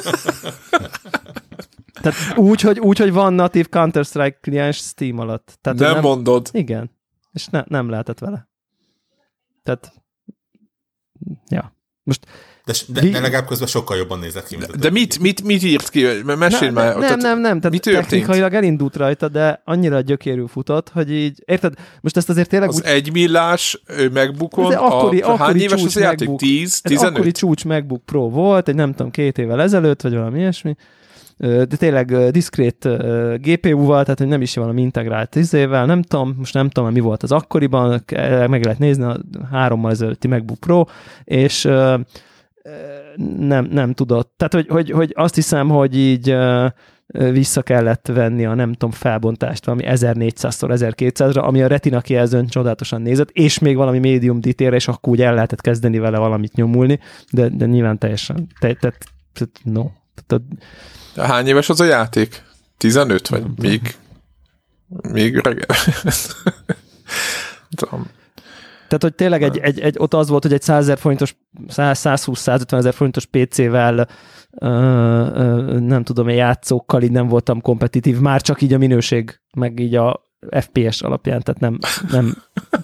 tehát úgy, hogy, úgy, hogy van natív Counter-Strike kliens Steam alatt. Tehát, nem, nem mondod. Igen. És ne, nem lehetett vele. Tehát, ja. Most De, de, de legalább közben sokkal jobban nézett ki. De, de mit, mit, mit írt ki? Mesélj ne, már. Nem, nem, nem. Tehát technikailag elindult rajta, de annyira gyökérül futott, hogy így, érted? Most ezt azért tényleg az úgy... egy millás MacBookon, akkori, a, akkori hány éves az játék? MacBook, tíz, tizenöt? Akkori csúcs MacBook Pro volt, egy nem tudom, két évvel ezelőtt, vagy valami ilyesmi, de tényleg diszkrét gé pé u-val, tehát hogy nem is valami integrált tízével, nem tudom, most nem tudom, mi volt az akkoriban, meg lehet nézni a hárommal ezelőtti MacBook Pro, és nem, nem tudott. Tehát, hogy, hogy, hogy azt hiszem, hogy így vissza kellett venni a nem tudom felbontást valami ezernégyszázszor ezerkétszázra, ami a Retina kijelzőn csodálatosan nézett, és még valami medium detailre, és akkor úgy el lehetett kezdeni vele valamit nyomulni, de, de nyilván teljesen, te, te, te, no. Tehát, hány éves az a játék? tizenöt? Vagy még, még reggel? Tudom. Tehát, hogy tényleg egy, egy, egy, ott az volt, hogy egy százezer forintos, száz-százhúsz-százötven ezer forintos pé cével uh, uh, nem tudom, játszókkal így nem voltam kompetitív, már csak így a minőség, meg így a ef pé es alapján, tehát nem... nem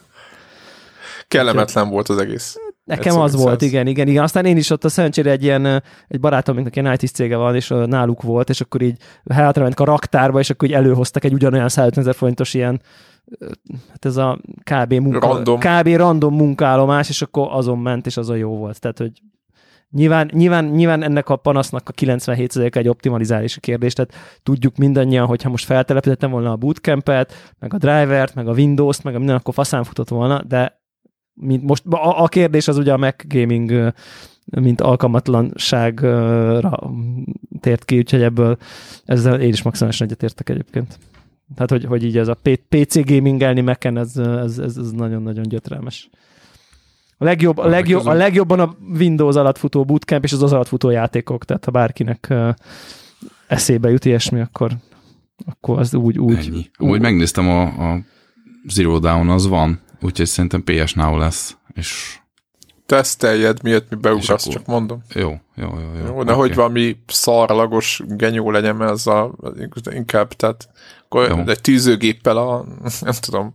kellemetlen volt az egész. Nekem az volt, igen, igen, igen. Aztán én is ott a szerencsére egy ilyen, egy barátomnak ilyen i té cége van, és náluk volt, és akkor így hátrament a raktárba, és akkor így előhoztak egy ugyanolyan százötven ezer forintos ilyen, hát ez a kb. Munka, random. kb. Random munkállomás, és akkor azon ment, és azon jó volt. Tehát, hogy nyilván, nyilván, nyilván ennek a panasznak a kilencvenhét százaléka egy optimalizálási kérdés, tehát tudjuk mindannyian, hogyha most feltelepítettem volna a bootcampet, meg a drivert, meg a Windows-t, meg a minden, akkor faszán futott volna, de mint most a, a kérdés az ugye a Mac Gaming mint alkalmatlanságra tért ki, úgyhogy ebből ezzel én is maximálisan egyetértek egyébként. Tehát, hogy, hogy így ez a pé cé gamingelni Mac-en, ez, ez, ez, ez nagyon-nagyon gyötrelmes. A, legjobb, a, legjobb, a legjobban a Windows alatt futó bootcamp és az az alatt futó játékok, tehát ha bárkinek eszébe jut ilyesmi, akkor, akkor az úgy... úgy úgy megnéztem, a, a Zero Dawn az van, úgyhogy szerintem pé es Now lesz, és... Teszteljed, miért mi beugrasz, akkor... csak mondom. Jó, jó, jó. jó, jó nehogy okay. Valami szarlagos genyó legyen, mert az a, inkább, tehát akkor jó. Egy tűzőgéppel a, nem tudom,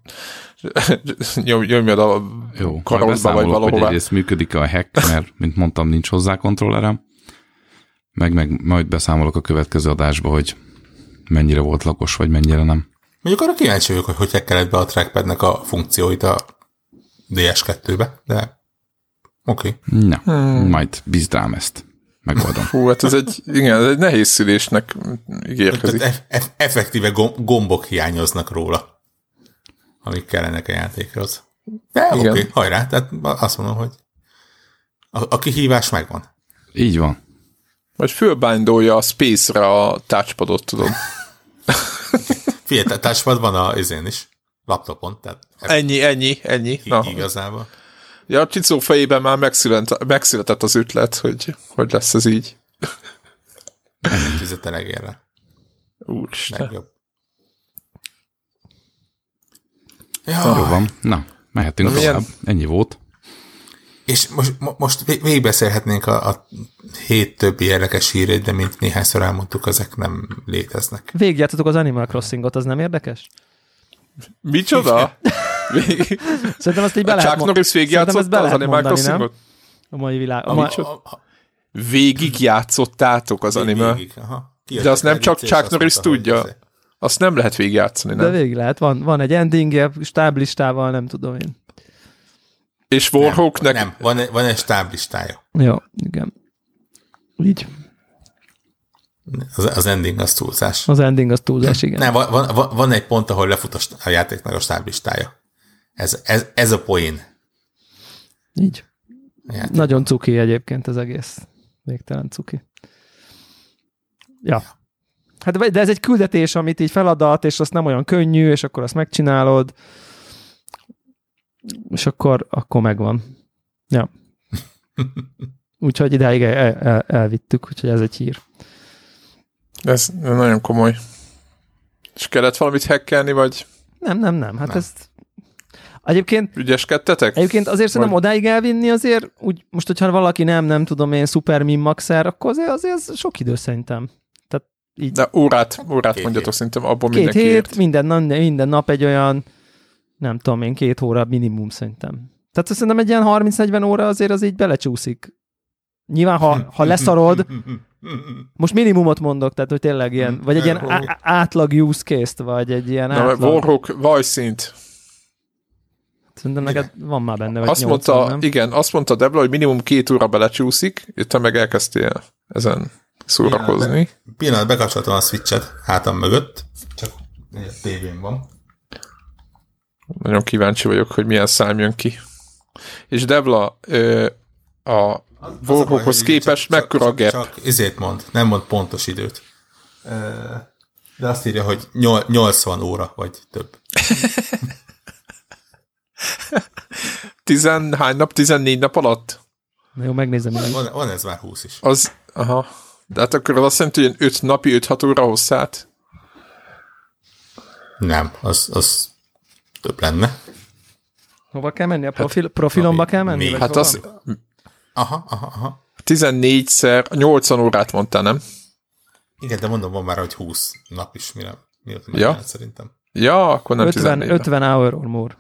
nyomjad a karózba, vagy valahová. Hogy egyrészt működik a hack, mert, mint mondtam, nincs hozzá kontrollerem, meg, meg majd beszámolok a következő adásba, hogy mennyire volt lakos, vagy mennyire nem. Mondjuk arra kíváncsi vagyok, hogy hogy hackeled be a trackpadnek a funkcióit a dé es kettőbe, de oké. Okay. Na, hmm. majd bízd rám ezt. Megoldom. Hú, hát ez egy, igen, ez egy nehéz szülésnek ígérkezik. Tehát eff- effektíve gombok hiányoznak róla, amik kellenek a játékhoz. De oké, okay, hajrá, tehát azt mondom, hogy a, a kihívás megvan. Így van. Vagy fölbindolja a Space-re a touchpadot, tudod. Figyelj, touchpad van a izén is, laptopon. Tehát ennyi, ennyi, ennyi. Na. Igazából. Ja, a Csicó fejében már megszületett, megszületett az ötlet, hogy, hogy lesz ez így. Fizet elegérre. Úristen. Legjobb. Arról van. Na, mehetünk Na, tovább. Milyen? Ennyi volt. És most, most végigbeszélhetnénk a, a hét többi érdekes hírét, de mint néhányszor elmondtuk, ezek nem léteznek. Végigjátszatok az Animal Crossingot, az nem érdekes? Micsoda? Szerintem azt így be lehet Chuck Norris végigjátszotta az Animal Crossingot? A mai világ. A a, a, a, végigjátszottátok az Animal. Végig, aha. De azt nem csak Chuck Norris tudja. Azt nem lehet végigjátszani, nem? De végig lehet. Van, van egy endingje, stáblistával, nem tudom én. És Warhawknek... Nem, nem. Van, egy, van egy stáblistája. Jó, igen. Így. Az, az ending az túlzás. Az ending az túlzás, igen. Nem, van, van, van egy pont, ahol lefut a játéknak a stáblistája. Ez, ez, ez a poén. Így. Nagyon cuki egyébként az egész. Végtelen cuki. Ja. Hát, de ez egy küldetés, amit így feladat, és azt nem olyan könnyű, és akkor azt megcsinálod, és akkor, akkor megvan. Ja. Úgyhogy idáig el, el, elvittük, úgyhogy ez egy hír. Ez nagyon komoly. És kellett valamit hackelni, vagy? Nem, nem, nem. Hát nem. ezt... Egyébként... Ügyeskedtetek? Egyébként azért szerintem odáig elvinni azért, úgy, most, hogyha valaki nem, nem tudom én, szuper mimmaxer, akkor azért, azért az sok idő szerintem. Tehát így... De órát, órát két mondjatok hét. Szerintem, abból két mindenki hét, ért. minden, minden nap egy olyan, nem tudom én, két óra minimum szerintem. Tehát szerintem egy ilyen harminc-negyven óra azért az így belecsúszik. Nyilván, ha, ha leszarod, most minimumot mondok, tehát hogy tényleg ilyen, vagy egy ilyen á- átlag use case-t, vagy egy ilyen Na, átlag... Warhawk vajszint. Szerintem neked van már benne, vagy azt nyolcvan, mondta, nem? igen, azt mondta Debla, hogy minimum két óra belecsúszik, te meg elkezdtél ezen szórakozni. Pillanat, bekapcsoltam a switchet hátam mögött, csak a tévén van. Nagyon kíváncsi vagyok, hogy milyen szám jön ki. És Debla, ö, a Warhawkhoz képest mekkora a gap? Csak izét mond, nem mond pontos időt. De azt írja, hogy nyolcvan óra, vagy több. Tizenhány nap? Tizennégy nap alatt? Na jó, megnézem. Van, van, van ez már húsz is. Az, aha. De hát akkor az azt jelenti, hogy öt napi, öt-hat óra hosszát? Nem, az, az több lenne. Hova kell menni? A profil, profilomba kell menni? Hát hova? Az... Aha, aha, aha. tizennégyszer, nyolcvan órát mondtál, nem? Igen, de mondom, van már, hogy húsz nap is, mire, mire ja. szerintem. Ja, akkor nem ötven, tizennégy. ötven hour or more.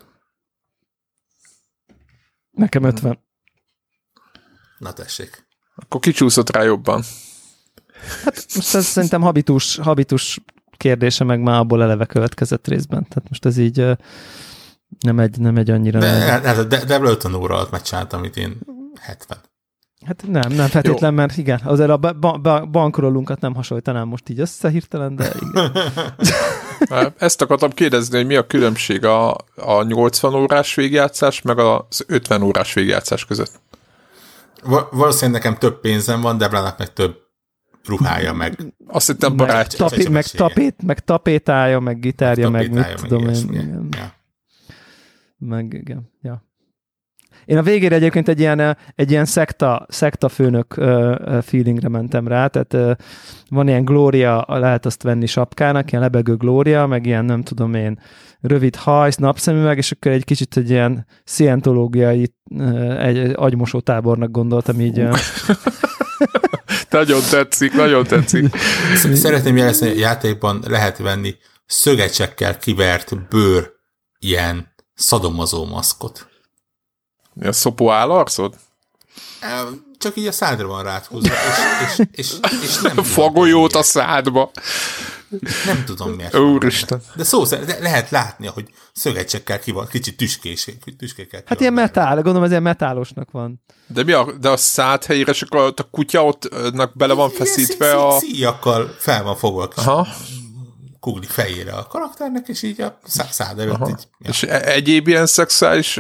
Nekem ötven. Na tessék. Akkor kicsúszott rá jobban. Hát most ez szerintem habitus, habitus kérdése, meg már abból eleve következett részben. Tehát most ez így nem egy, nem egy annyira... De, de, de, de ötven óra alatt megcsináltam, amit én hetven. Hát nem, nem feltétlen, mert igen, azért a ba- ba- bankrolunkat nem hasonlítanám most így össze hirtelen, de igen. Ezt akartam kérdezni, hogy mi a különbség a, a nyolcvan órás végjátszás, meg az ötven órás végjátszás között. Valószínűleg nekem több pénzem van, Debrának meg több ruhája, meg... Azt hittem barátja. Tapé, meg, tapét, meg tapétája, meg gitárja, meg, meg mit tudom én. Igen. Ja. Meg igen, ja. Én a végére egyébként egy ilyen, egy ilyen szekta, szekta főnök feelingre mentem rá, tehát van ilyen glória, lehet azt venni sapkának, ilyen lebegő glória, meg ilyen nem tudom én, rövid hajsz, napszemüveg, és akkor egy kicsit egy ilyen szientológiai egy agymosó tábornak gondoltam így. Nagyon tetszik, nagyon tetszik. Szeretném jelezni, hogy a játékban lehet venni szögecsekkel kivert bőr ilyen szadomazó maszkot. Mi a szopó állarcod? Csak így a szádra van ráthúzva, és, és, és, és nem... Fagolyót a szádba. Nem tudom miért. Úristen. De szó szerint de lehet látni, hogy szögecsekkel ki van, kicsit tüskés, tüskékkel. Hát ilyen metál, gondolom ez ilyen metálosnak van. De mi a, de a szád helyére, és akkor a kutya ottnak bele van feszítve a... Szíjakkal fel van fogva a kis Aha. kugli fejére a karakternek, és így a szád előtt így... Ja. És egyéb ilyen szexuális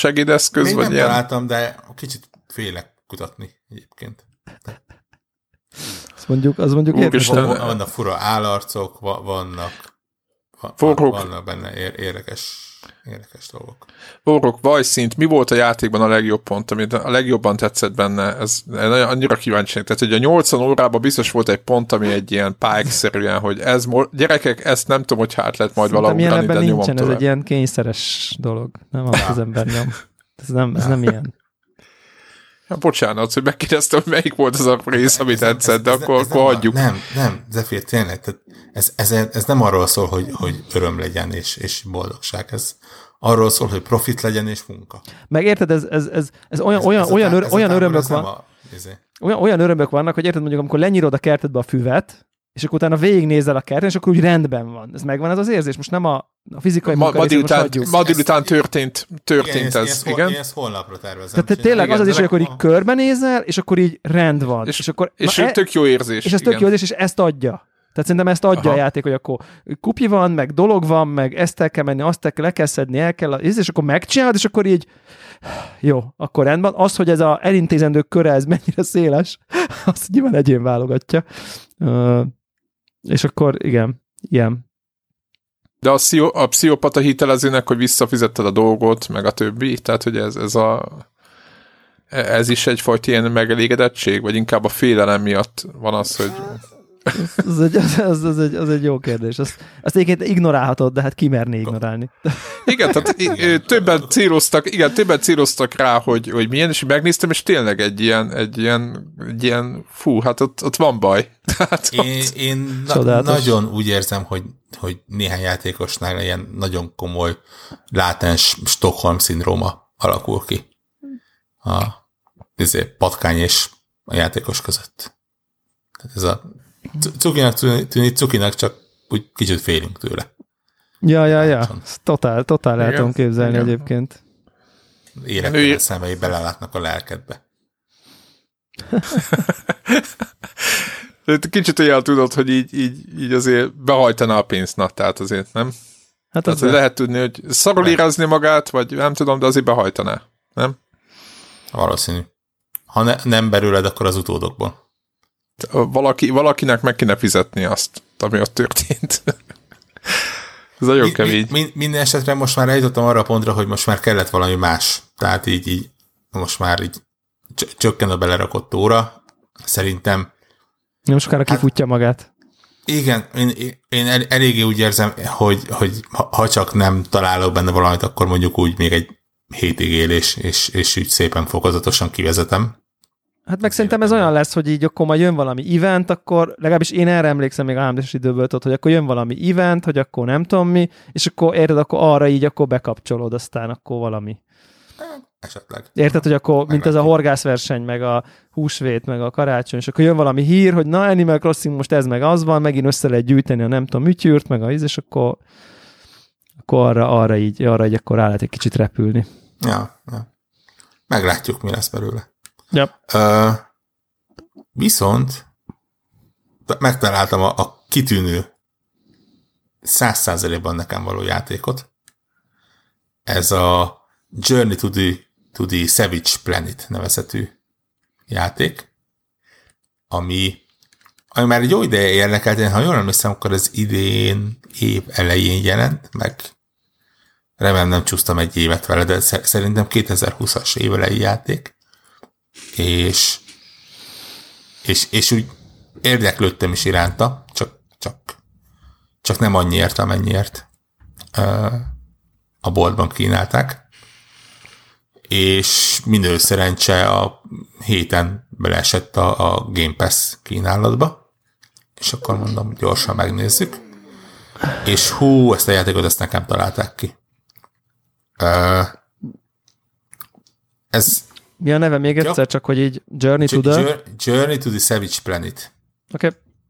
segédeszköz? Még vagy nem ilyen? találtam, de kicsit félek kutatni egyébként. Az mondjuk, az mondjuk Úristen, vannak fura állarcok, vannak, vannak benne érdekes, érdekes dolgok. Forrok, vajszint, mi volt a játékban a legjobb pont, amit a legjobban tetszett benne? Ez annyira kíváncsi. Tehát, hogy a nyolcvan órában biztos volt egy pont, ami egy ilyen pályszerűen, hogy ez, gyerekek, ezt nem tudom, hogy hát lehet majd valahogy ugrani, de nyomom nincsen, tovább. Ez egy ilyen kényszeres dolog. Nem amit az ember nyom. Ez nem, ez nem ilyen. Ja, bocsánat, hogy megkérdeztem, hogy melyik volt az a rész, amit tetszett, de akkor, akkor hagyjuk. Nem, nem, Zephyr, tényleg, tehát ez, ez, ez nem arról szól, hogy, hogy öröm legyen és, és boldogság, ez arról szól, hogy profit legyen és munka. Meg érted, ez, ez, ez, ez olyan, ez, olyan, ez olyan, ör, olyan örömök van, a, olyan, olyan örömök vannak, hogy érted, mondjuk, amikor lenyírod a kertedbe a füvet, és akkor utána végignézel a kerten, és akkor úgy rendben van. Ez megvan ez az érzés. Most nem a, a fizikai ma, munka részét most hagyjuk. Ma délután történt, történt igen, ez. Igen, én ezt holnapra tervezem. Tehát tényleg igen, az az is, hogy akkor így körbenézel, és akkor így rend van. És, és, akkor, és e, tök jó érzés. És ez tök jó érzés, és ezt adja. Tehát szerintem ezt adja Aha. a játék, hogy akkor kupi van, meg dolog van, meg ezt el kell menni, azt el kell, le kell szedni, el kell, és akkor megcsinálod, és akkor így jó, akkor rendben. Az, hogy ez az elintézendő köre, ez mennyire széles, azt nyilván egyén válogatja. Uh, és akkor igen, ilyen. De a, szió, a pszichopata hitelezőnek, hogy visszafizetted a dolgot, meg a többi, tehát hogy ez, ez a ez is egyfajta ilyen megelégedettség, vagy inkább a félelem miatt van az, hogy az, egy, az, az, egy, az egy jó kérdés. Azt, azt egyébként ignorálhatod, de hát ki merné ignorálni. Igen, tehát többen céloztak, igen, többen céloztak rá, hogy, hogy milyen, és megnéztem, és tényleg egy ilyen, egy ilyen, egy ilyen fú, hát ott, ott van baj. Tehát én ott... én na- nagyon úgy érzem, hogy, hogy néhány játékosnál ilyen nagyon komoly látens Stockholm-szindróma alakul ki a ezért patkány és a játékos között. Tehát ez a cukinak tűnik, cukinak csak úgy kicsit félünk tőle. Ja, ja, ja. Totál, totál el tudom képzelni igen. Egyébként. Érektelen szemei belelátnak a lelkedbe. Kicsit olyan tudod, hogy így, így, így azért behajtaná a pénzt, na, tehát azért nem. Hát tehát, az lehet tudni, hogy szarul érezni magát, vagy nem tudom, de azért behajtaná, nem? Valószínű. Ha ne, nem belőled, akkor az utódokból. Valaki, valakinek meg kéne fizetni azt, ami ott történt. Ez nagyon mi, kemény. Mi, mi, minden esetre most már eljutottam arra a pontra, hogy most már kellett valami más. Tehát így, így most már így csökken a belerakott óra. Szerintem... Nem sokára hát, kifutja magát. Igen, én, én el, eléggé úgy érzem, hogy, hogy ha csak nem találok benne valamit, akkor mondjuk úgy még egy hétig élés, és, és úgy szépen fokozatosan kivezetem. Hát meg szerintem ez olyan lesz, hogy így akkor majd jön valami event, akkor legalábbis én erre emlékszem még állandós időből, tudod, hogy akkor jön valami event, hogy akkor nem tudom mi, és akkor érted, akkor arra így akkor bekapcsolod, aztán akkor valami. Esetleg. Érted, hogy akkor, mint ez a horgászverseny, meg a húsvét, meg a karácsony, és akkor jön valami hír, hogy na, Animal Crossing most ez meg az van, megint össze lehet gyűjteni a nem tudom műtyűrt, meg a íz, és akkor, akkor arra, arra, így, arra így akkor rá lehet egy kicsit repülni. Ja, ja. Meglátjuk, mi lesz belőle. Yep. Uh, viszont megtaláltam a, a kitűnő száz százalékban nekem való játékot. Ez a Journey to the, to the Savage Planet nevezetű játék, ami, ami már egy jó ideje érdekelt, én ha jól emlékszem, akkor az idén év elején jelent, meg remélem nem csúsztam egy évet vele, de szerintem kétezer-húszas év elejé játék. És, és, és úgy érdeklődtem is iránta, csak, csak, csak nem annyiért, amennyiért a boltban kínálták. És minő szerencse a héten beleesett a, a Game Pass kínálatba, és akkor mondom, gyorsan megnézzük. És hú, ezt a játékot ezt nekem találták ki. Ez mi a neve még egyszer, ja. Csak hogy így Journey to the... Journey to the Savage Planet. Oké.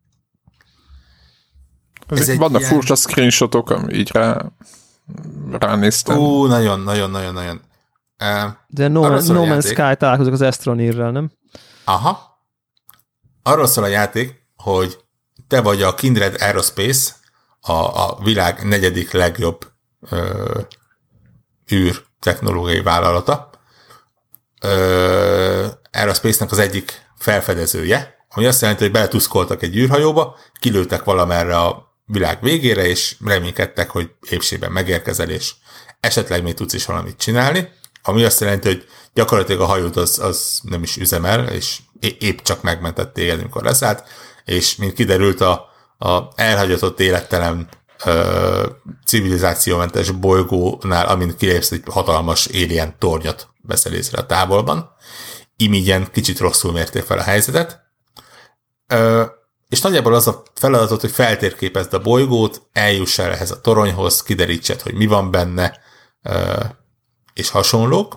Okay. Vannak ilyen... furcsa screenshotok, így rá, ránéztem. Ó, nagyon, nagyon, nagyon, nagyon. Uh, De No, no Man's Sky találkozok az Astronirrel, nem? Aha. Arról szól a játék, hogy te vagy a Kindred Aerospace, a, a világ negyedik legjobb ö, űr technológiai vállalata, Aerospace-nek az egyik felfedezője, ami azt jelenti, hogy beletuszkoltak egy űrhajóba, kilőttek valamerre a világ végére, és reménykedtek, hogy épségben megérkezel, és esetleg még tudsz is valamit csinálni, ami azt jelenti, hogy gyakorlatilag a hajód az, az nem is üzemel, és épp csak megmentett téged, amikor leszállt, és mint kiderült, a, a elhagyatott élettelen ö, civilizációmentes bolygónál, amint kilépsz, egy hatalmas alien tornyot veszel észre a távolban. Imigyen kicsit rosszul mérték fel a helyzetet. Ö, és nagyjából az a feladatot, hogy feltérképezd a bolygót, eljuss el ehhez a toronyhoz, kiderítsed, hogy mi van benne, ö, és hasonlók.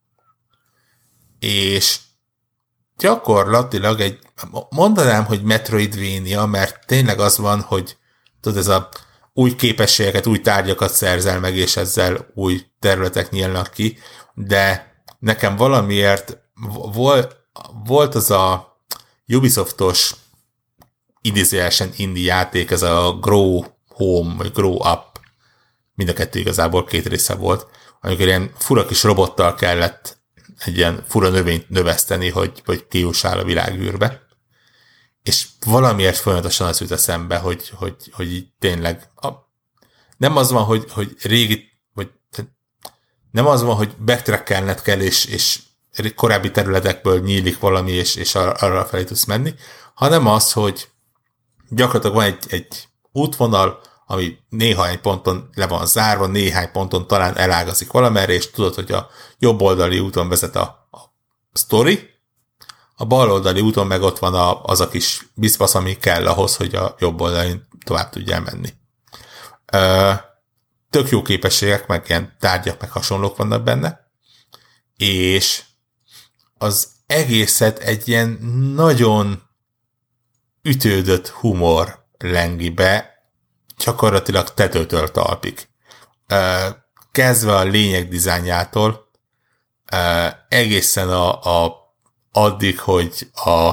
És gyakorlatilag egy, mondanám, hogy Metroidvania, mert tényleg az van, hogy tudod, ez a új képességeket, új tárgyakat szerzel meg, és ezzel új területek nyílnak ki, de nekem valamiért vol, volt az a Ubisoftos idézőjelesen indie játék, ez a Grow Home, vagy Grow Up, mind a kettő igazából két része volt, amikor ilyen fura kis robottal kellett egy ilyen fura növényt növeszteni, hogy, hogy kijussál a világűrbe. És valamiért folyamatosan az jut eszembe, hogy, hogy, hogy így tényleg a, nem az van, hogy, hogy régi, vagy nem az van, hogy backtrackelned kell, és, és korábbi területekből nyílik valami, és, és arra felé tudsz menni, hanem az, hogy gyakorlatilag van egy, egy útvonal, ami néhány ponton le van zárva, néhány ponton talán elágazik valamerre, és tudod, hogy a jobb oldali úton vezet a, a sztori, a bal oldali úton meg ott van a, az a kis bizpasz, ami kell ahhoz, hogy a jobb oldalin tovább tudjál menni. Ö, tök jó képességek, meg ilyen tárgyak, meg hasonlók vannak benne, és az egészet egy ilyen nagyon ütődött humor lengi be, gyakorlatilag tetőtől talpig. Kezdve a lényeg dizájnjától, egészen a, a, addig, hogy a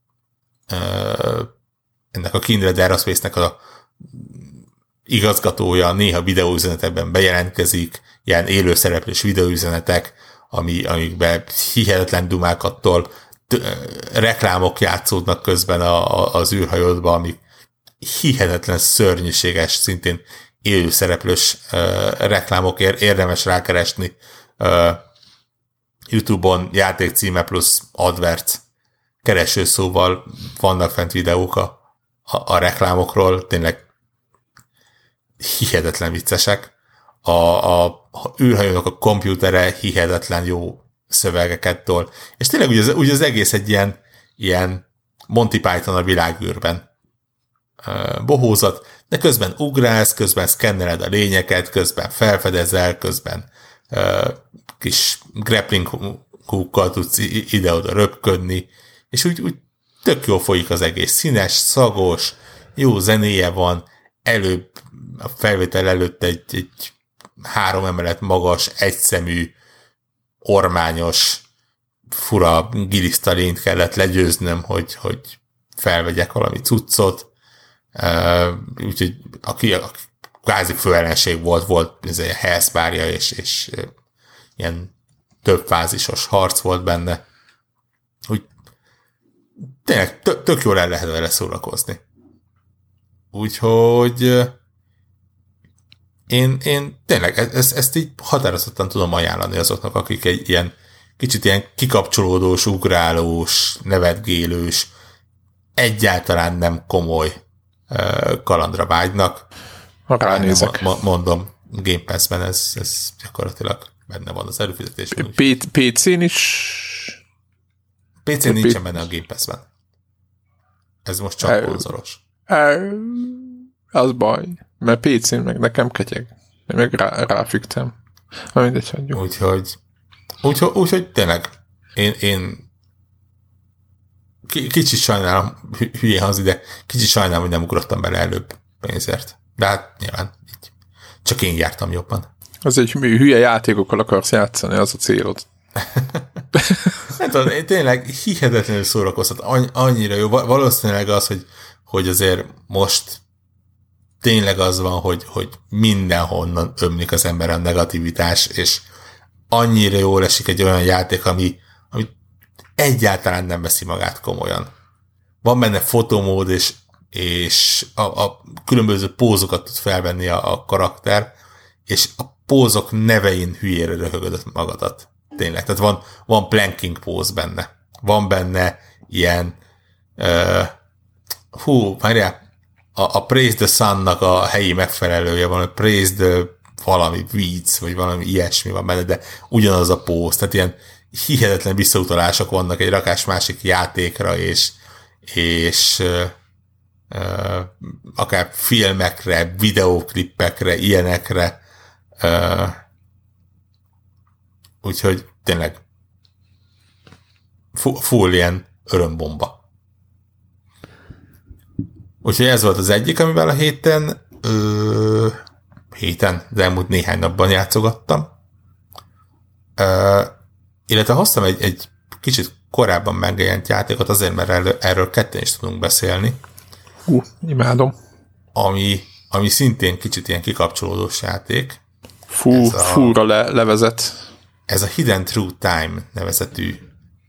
ennek a Kindred Aerospace-nek a igazgatója néha videóüzenetekben bejelentkezik, ilyen élőszereplős videóüzenetek, ami, amikben hihetetlen dumákattól reklámok játszódnak közben a, a, az űrhajódban, amik hihetetlen szörnyűséges, szintén élőszereplős uh, reklámok, ér, érdemes rákeresni uh, YouTube-on játékcíme plusz adverts keresőszóval vannak fent videók a, a, a reklámokról, tényleg hihetetlen viccesek. A, a, a űrhajónak a kompjútere hihetetlen jó szövegeket tol, és tényleg úgy az, úgy az egész egy ilyen, ilyen Monty Python a világűrben bohózat, de közben ugrálsz, közben szkenneled a lényeket, közben felfedezel, közben uh, kis grappling hookkal tudsz ide-oda röpködni, és úgy, úgy tök jól folyik az egész. Színes, szagos, jó zenéje van, előbb a felvétel előtt egy, egy három emelet magas, egyszemű, ormányos, fura gilisztalént kellett legyőznöm, hogy, hogy felvegyek valami cuccot. Uh, úgyhogy aki, aki kvázi főellenség volt, volt ez egy healthbárja, és, és uh, ilyen több fázisos harc volt benne. Úgy tényleg tök, tök jól el lehet vele szórakozni. Úgyhogy uh, én, én tényleg ezt, ezt így határozottan tudom ajánlani azoknak, akik egy ilyen kicsit ilyen kikapcsolódós, ugrálós, nevetgélős, egyáltalán nem komoly kalandra vágynak. Ránézek. Mondom, Game Pass-ben ez, ez gyakorlatilag benne van az előfizetésben. pé cén is? pé cén nincsen benne a Game Pass-ben. Ez most csak konzolos. Az baj, mert pé cén meg nekem ketyeg. Én meg rá, ráfügtem. Mindegy, hagyjuk. Úgyhogy úgyhogy, úgyhogy tényleg én, én kicsit sajnálom, hülyén hangzik, de kicsit sajnálom, hogy nem ugrottam bele előbb pénzért. De hát nyilván így. Csak én jártam jobban. Az egy hülye játékokkal akarsz játszani, az a célod. Nem tudom, én tényleg hihetetlenül szórakoztat. Annyira jó. Valószínűleg az, hogy, hogy azért most tényleg az van, hogy, hogy mindenhonnan ömlik az ember a negativitás, és annyira jól esik egy olyan játék, ami, ami egyáltalán nem veszi magát komolyan. van benne fotomód, és, és a, a különböző pózokat tud felvenni a, a karakter, és a pózok nevein hülyére röhögödött magadat. Tényleg, tehát van, van planking póz benne. Van benne ilyen uh, hú, várjál, a, a Praise the Sun-nak a helyi megfelelője van, a Praise the valami Weeds, vagy valami ilyesmi van benne, de ugyanaz a póz, tehát ilyen hihetetlen visszautalások vannak egy rakás másik játékra, és, és uh, uh, akár filmekre, videóklippekre, ilyenekre, uh, úgyhogy tényleg full ilyen örömbomba. Úgyhogy ez volt az egyik, amivel a héten ö, héten, de elmúlt néhány napban játszogattam. Ö, illetve hoztam egy, egy kicsit korábban megjelent játékot, azért, mert erről, erről ketten is tudunk beszélni. Hú, imádom. Ami, ami szintén kicsit ilyen kikapcsolódós játék. Fú, a, fúra le, levezet. Ez a Hidden Through Time nevezetű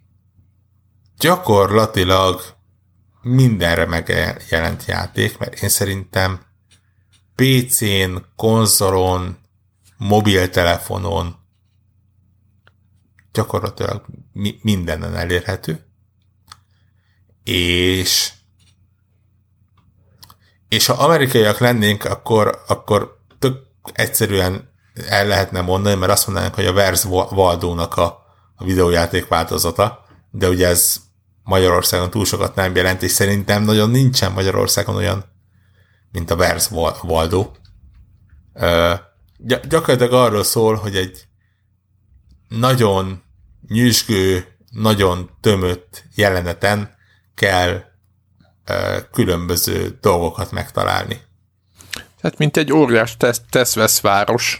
gyakorlatilag mindenre megjelent játék, mert én szerintem pé cén, konzolon, mobiltelefonon gyakorlatilag mi- mindenen elérhető, és és ha amerikaiak lennénk, akkor, akkor tök egyszerűen el lehetne mondani, mert azt mondanánk, hogy a Where's Waldo-nak a, a videójáték változata, de ugye ez Magyarországon túl sokat nem jelent, és szerintem nagyon nincsen Magyarországon olyan, mint a Where's Waldo. Uh, gy- gyakorlatilag arról szól, hogy egy nagyon nyüzsgő, nagyon tömött jeleneten kell uh, különböző dolgokat megtalálni. Tehát mint egy óriás tesz-vesz város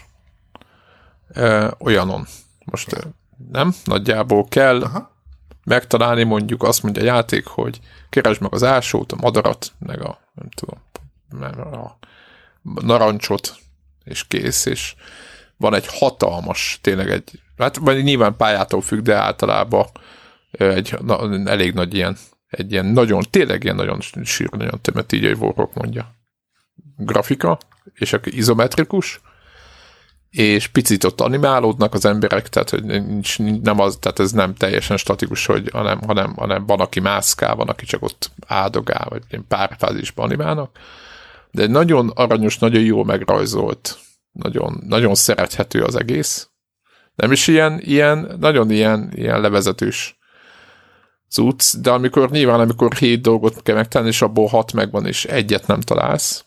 uh, olyanon. Most uh, nem? Nagyjából kell Aha. megtalálni, mondjuk azt mondja a játék, hogy keresd meg az ásót, a madarat, meg a nem tudom, a narancsot, és kész, és van egy hatalmas, tényleg egy, hát vagy nyilván pályától függ, de általában egy na, elég nagy ilyen, egy ilyen nagyon, tényleg ilyen nagyon sűrű, nagyon tömött, így, hogy Warhawk mondja. Grafika, és akkor izometrikus, és picit ott animálódnak az emberek, tehát hogy nincs, nem az, tehát ez nem teljesen statikus, hogy, hanem, hanem, hanem van, aki mászkál, van, aki csak ott áldogál, vagy pár fázisban animálnak. De egy nagyon aranyos, nagyon jól megrajzolt, nagyon, nagyon szerethető az egész. Nem is ilyen, ilyen nagyon ilyen, ilyen levezetős cucc, de amikor nyilván, amikor hét dolgot kell megtenni, és abból hat megvan, és egyet nem találsz,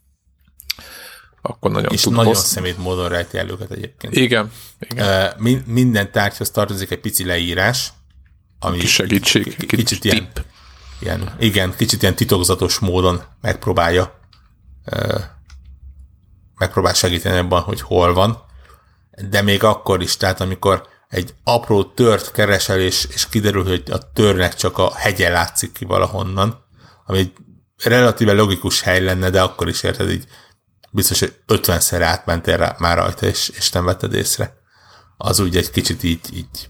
akkor nagyon és tud nagyon hossz... szemét módon rejti el őket egyébként. Igen. igen. Uh, min- minden tárgyhoz tartozik egy pici leírás, ami kis segítség, k- k- kicsit ilyen, ilyen, igen, kicsit ilyen titokzatos módon megpróbálja uh, megpróbál segíteni abban, hogy hol van, de még akkor is, tehát amikor egy apró tört keresel, és, és kiderül, hogy a törnek csak a hegye látszik ki valahonnan, ami egy relatíve logikus hely lenne, de akkor is érted, így biztos, hogy ötvenszer átmentél rá, már rajta, és, és nem vetted észre. Az úgy egy kicsit így, így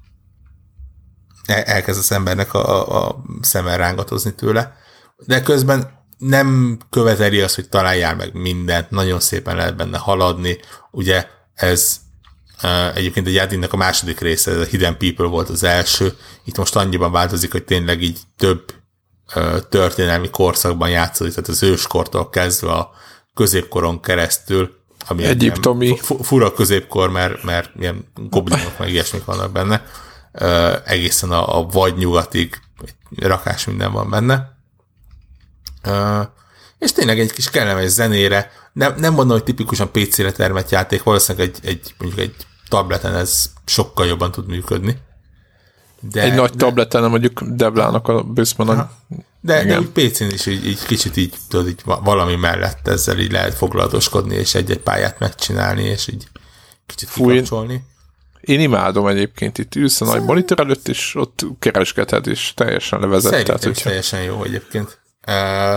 elkezd az embernek a, a szemmel rángatozni tőle. De közben nem követeli azt, hogy találjál meg mindent, nagyon szépen lehet benne haladni. Ugye ez uh, egyébként a játéknak a második része, ez a Hidden People volt az első. Itt most annyiban változik, hogy tényleg így több uh, történelmi korszakban játszódik, tehát az őskortól kezdve a középkoron keresztül, ami egyiptomi fu- fura középkor, mert, mert ilyen goblinok meg ilyesmik vannak benne, uh, egészen a, a vadnyugatig rakás minden van benne. Uh, és tényleg egy kis kellemes zenére, nem, nem mondom, hogy tipikusan pé cére termett játék, valószínűleg egy, egy, mondjuk egy tableten ez sokkal jobban tud működni. De, egy nagy de, tableten, mondjuk Deblának a bőszben. De, de úgy pé cén is így, így kicsit így, tudod, így valami mellett ezzel így lehet foglalatoskodni, és egy-egy pályát megcsinálni, és így kicsit kikapcsolni. Én, én imádom egyébként, itt ülsz a nagy monitor előtt, és ott keresgeted, és teljesen levezet. Szerintem tehát, hogyha... teljesen jó egyébként. Uh,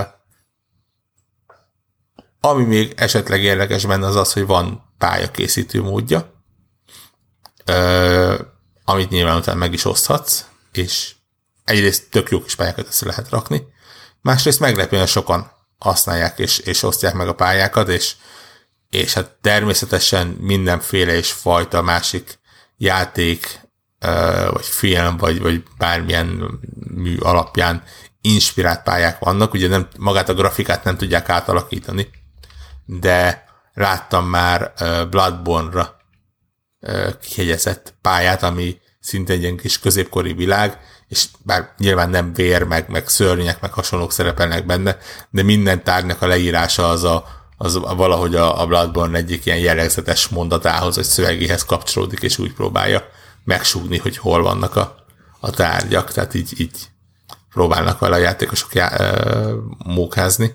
ami még esetleg érdekes benne az az, hogy van pályakészítő módja, uh, amit nyilván utána meg is oszthatsz, és egyrészt tök jó kis pályákat össze lehet rakni, Másrészt meglepően sokan használják és, és osztják meg a pályákat, és, és hát természetesen mindenféle és fajta másik játék, vagy film, vagy, vagy bármilyen mű alapján inspirált pályák vannak. Ugye nem, magát a grafikát nem tudják átalakítani, de láttam már Bloodborne-ra kihegyezett pályát, ami szintén egy ilyen kis középkori világ, és bár nyilván nem vér, meg, meg szörnyek, meg hasonlók szerepelnek benne, de minden tárgynak a leírása az, a, az a, valahogy a, a Bloodborne egyik ilyen jellegzetes mondatához, vagy szövegéhez kapcsolódik, és úgy próbálja megsúgni, hogy hol vannak a, a tárgyak, tehát így, így próbálnak vele a játékosok já, ö, mókázni.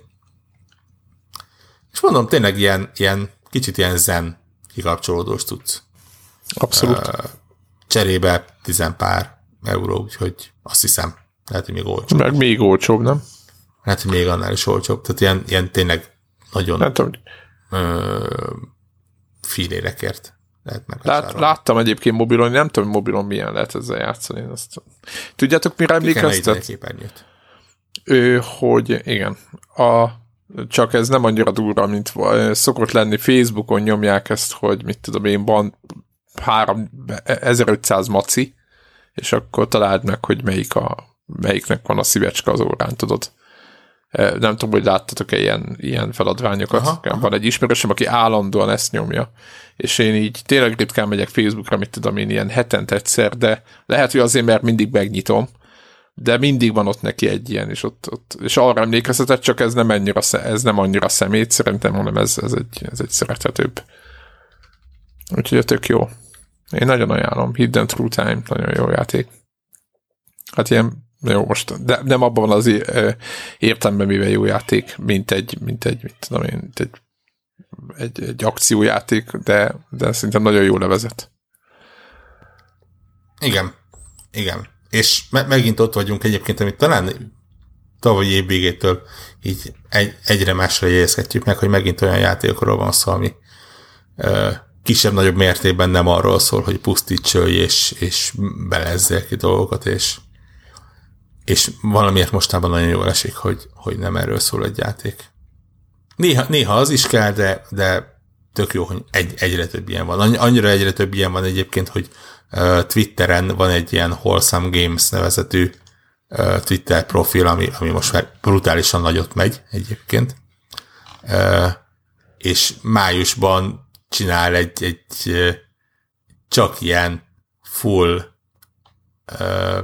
És mondom, tényleg ilyen, ilyen kicsit ilyen zen kikapcsolódós tudsz. Abszolút. Ö, cserébe tizen pár euró, úgyhogy azt hiszem, lehet, hogy még olcsóbb. Meg még olcsóbb, nem? Lehet, hogy még annál is olcsóbb. Tehát ilyen, ilyen tényleg nagyon hát, ö, filérekért lehet Lát, láttam egyébként mobilon, nem tudom, mobilon milyen lehet ezzel játszani. Azt... Tudjátok, mire emlékeztet? Ő, hogy igen, a, csak ez nem annyira durva, mint szokott lenni. Facebookon nyomják ezt, hogy mit tudom én, van három, ezerötszáz maci, és akkor találd meg, hogy melyik a, melyiknek van a szívecske az órán, tudod. Nem tudom, hogy láttatok-e ilyen, ilyen feladványokat. Aha, van aha. Egy ismerősöm, aki állandóan ezt nyomja. És én így tényleg ritkán megyek Facebookra, mit tudom én, ilyen hetente egyszer, de lehet, hogy azért, mert mindig megnyitom, de mindig van ott neki egy ilyen, és ott, ott és arra emlékeztetett, csak ez nem annyira, ez nem annyira szemét, szerintem, hanem ez, ez, egy, ez egy szerethetőbb. Úgyhogy tök jó. Én nagyon ajánlom. Hidden True Time, nagyon jó játék. Hát ilyen, jó most, de nem abban van az értelemben, mivel jó játék, mint egy, mint egy, mit tudom én, mint egy, egy, egy akciójáték, de, de szerintem nagyon jó levezet. Igen. Igen. És me- megint ott vagyunk egyébként, amit talán tavalyi év végétől így egy, egyre másra jegyezhetjük meg, hogy megint olyan játékokról van szó, ami ö, kisebb-nagyobb mértékben nem arról szól, hogy pusztítsölj és, és belezzél ki dolgokat, és, és valamiért mostában nagyon jól esik, hogy, hogy nem erről szól egy játék. Néha, néha az is kell, de, de tök jó, hogy egy, egyre több ilyen van. Annyira egyre több ilyen van egyébként, hogy uh, Twitteren van egy ilyen Wholesome Games nevezetű uh, Twitter profil, ami, ami most már brutálisan nagyot megy egyébként. Uh, és májusban csinál egy, egy uh, csak ilyen full uh,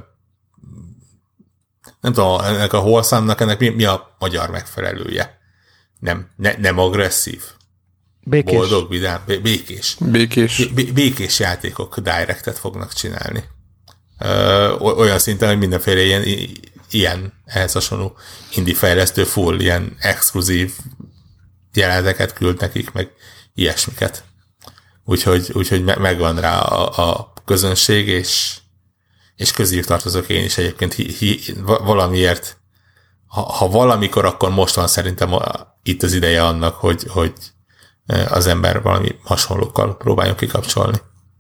nem tudom, ennek a Wholesome-nak ennek mi, mi a magyar megfelelője? Nem, ne, nem agresszív. Békés. Boldog, vidám, békés. Békés. B- békés játékok directet fognak csinálni. Ö, olyan szinten, hogy mindenféle ilyen, ilyen ehhez hasonló indie fejlesztő full, ilyen exkluzív jeleneteket küld nekik, meg ilyesmiket. Úgyhogy, úgyhogy megvan rá a, a közönség, és, és közéjük tartozok én is egyébként hi, hi, valamiért. Ha, ha valamikor, akkor most van szerintem itt az ideje annak, hogy, hogy az ember valami hasonlókkal próbáljon kikapcsolni.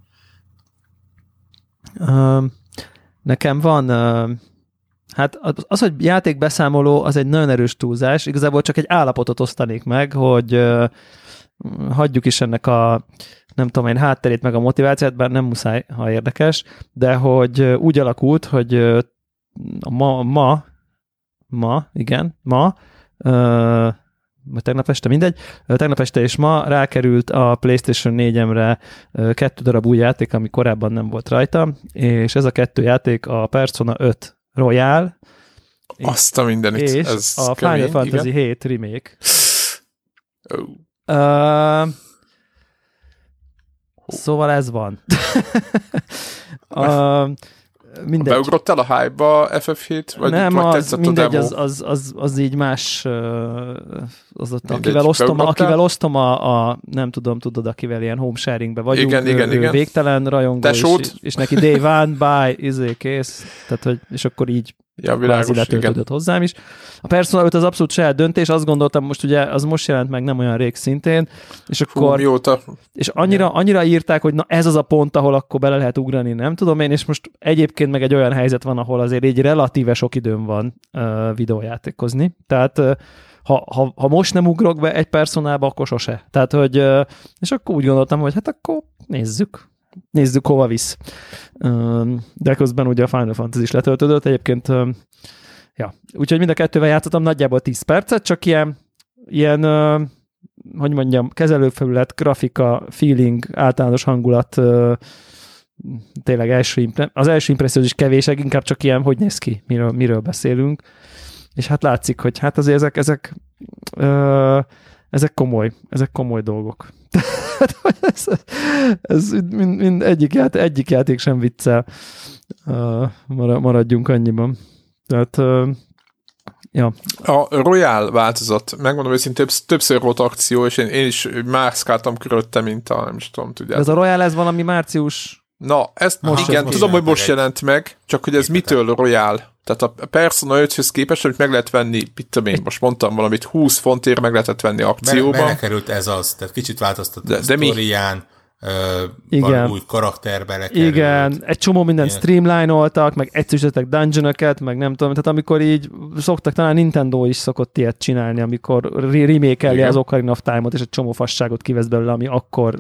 Uh, nekem van, uh, hát az, hogy játékbeszámoló, az egy nagyon erős túlzás. Igazából csak egy állapotot osztanék meg, hogy uh, hagyjuk is ennek a nem tudom én hátterét meg a motivációt, bár nem muszáj, ha érdekes, de hogy uh, úgy alakult, hogy uh, ma, ma ma, igen, ma, uh, vagy tegnap este, mindegy, tegnap este és ma rákerült a PlayStation négyemre uh, kettő darab új játék, ami korábban nem volt rajta, és ez a kettő játék a Persona öt Royal, azt a mindenit, és ez a kemény, Final Fantasy igen? hét remake. Oh. Uh, szóval ez van. uh, Mindegy. Beugrottál a hype-ba ef ef hét? Vagy, nem, vagy az, mindegy, az, az, az, az így más, az ott, mindegy, akivel osztom, akivel osztom a, a, nem tudom, tudod, akivel ilyen home sharingbe vagyunk, igen, ő, igen, ő igen. végtelen rajongó, és, és neki day one, buy, izé, kész, tehát, hogy, és akkor így ja, világos, letöltődött hozzám is. A Persona öt az abszolút saját döntés, azt gondoltam, most ugye az most jelent meg nem olyan rég szintén, és akkor Fú, mióta? és annyira, annyira írták, hogy na ez az a pont, ahol akkor bele lehet ugrani, nem tudom én, és most egyébként meg egy olyan helyzet van, ahol azért így relatíve sok időm van uh, videójátékozni, tehát uh, ha, ha, ha most nem ugrok be egy Personába, akkor sose. Tehát, hogy, uh, és akkor úgy gondoltam, hogy hát akkor nézzük. Nézzük, hova visz. De közben ugye a Final Fantasy is letöltődött. Egyébként, ja. Úgyhogy mind a kettővel játszottam nagyjából tíz percet, csak ilyen, ilyen hogy mondjam, kezelőfelület, grafika, feeling, általános hangulat, tényleg első impre- az első impresszió is kevés, inkább csak ilyen, hogy néz ki, miről, miről beszélünk. És hát látszik, hogy hát azért ezek, ezek, ezek komoly, ezek komoly dolgok. ez, ez mind, mind egyik, játék, egyik játék sem viccel. Uh, maradjunk annyiban. Tehát, uh, ja. A Royal változat, megmondom őszintén, több, többször volt akció, és én, én is mászkáltam körülötte, mint a, nem is tudom, tudjátok. Ez a Royal, ez valami március... Na, ezt most igen, tudom, hogy most jelent meg, csak hogy ez mitől Royal? Tehát a Persona öthöz képest, amit meg lehet venni, mit tudom én, most mondtam valamit, húsz fontért meg lehetett venni akcióban. Bele, belekerült ez az, tehát kicsit változtatott de, a sztorián, uh, új karakter belekerült. Igen, egy csomó mindent streamline-oltak, meg egyszerűsítettek dungeon-öket, meg nem tudom, tehát amikor így szoktak, talán Nintendo is szokott ilyet csinálni, amikor remake-elje az Ocarina of Time-ot, és egy csomó fasságot kivesz belőle, ami akkor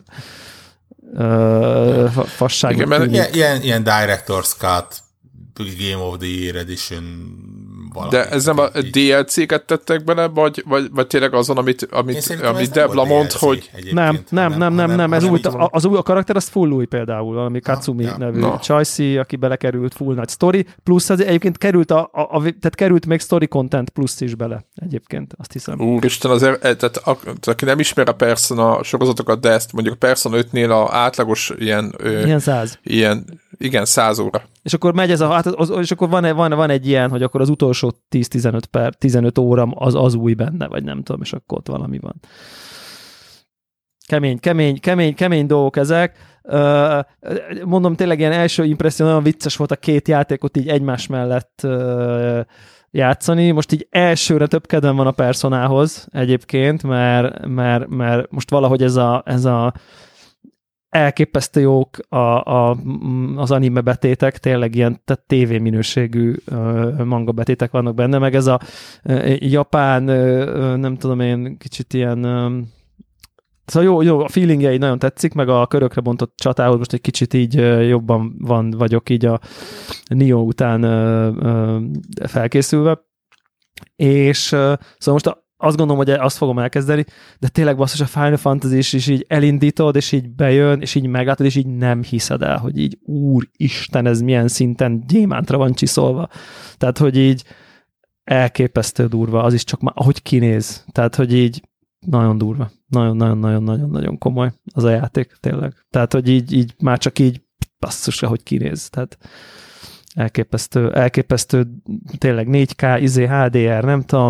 uh, fasságot. Igen, mert ilyen, ilyen, ilyen Director's Cut, Game of the Year Edition valami. De ez nem a dé el cé-ket tettek bele, vagy, vagy, vagy tényleg azon, amit, amit, amit Debla mond, hogy... Nem, nem, nem, nem, nem, ez új, az új a karakter, az full új például, valami Katsumi ja, nevű no. Chajsi, aki belekerült, full nagy story, plusz az egyébként került, a, a, a, tehát került még story content plusz is bele, egyébként, azt hiszem. Úristen, az, tehát a, aki nem ismer a Persona sorozatokat, de ezt mondjuk a Persona ötnél a átlagos ilyen... Ilyen száz. Ilyen, igen, száz óra. És akkor megy ez a, hát az, és akkor van, van, van egy ilyen, hogy akkor az utolsó tíz-tizenöt per, tizenöt óra az, az új benne, vagy nem tudom, és akkor ott valami van. Kemény, kemény, kemény, kemény dolgok ezek. Mondom, tényleg ilyen első impresszió, nagyon vicces volt a két játékot így egymás mellett játszani. Most így elsőre több kedvem van a Personához egyébként, mert, mert, mert most valahogy ez a, ez a elképesztő jók a, a, az anime betétek, tényleg ilyen tehát tévéminőségű manga betétek vannak benne, meg ez a japán, nem tudom én, kicsit ilyen szóval jó, jó, a feelingjei nagyon tetszik, meg a körökre bontott csatához most egy kicsit így jobban van, vagyok így a Nioh után felkészülve, és szóval most a azt gondolom, hogy azt fogom elkezdeni, de tényleg basszus a Final Fantasy is, is így elindítod, és így bejön, és így meglátod, és így nem hiszed el, hogy így úristen, ez milyen szinten gyémántra van csiszolva. Tehát, hogy így elképesztő durva, az is csak már, ahogy kinéz. Tehát, hogy így nagyon durva. Nagyon-nagyon-nagyon-nagyon komoly az a játék, tényleg. Tehát, hogy így, így már csak így basszus, ahogy kinéz. Tehát elképesztő, elképesztő, tényleg négy ká, izé, há dé er, nem tudom,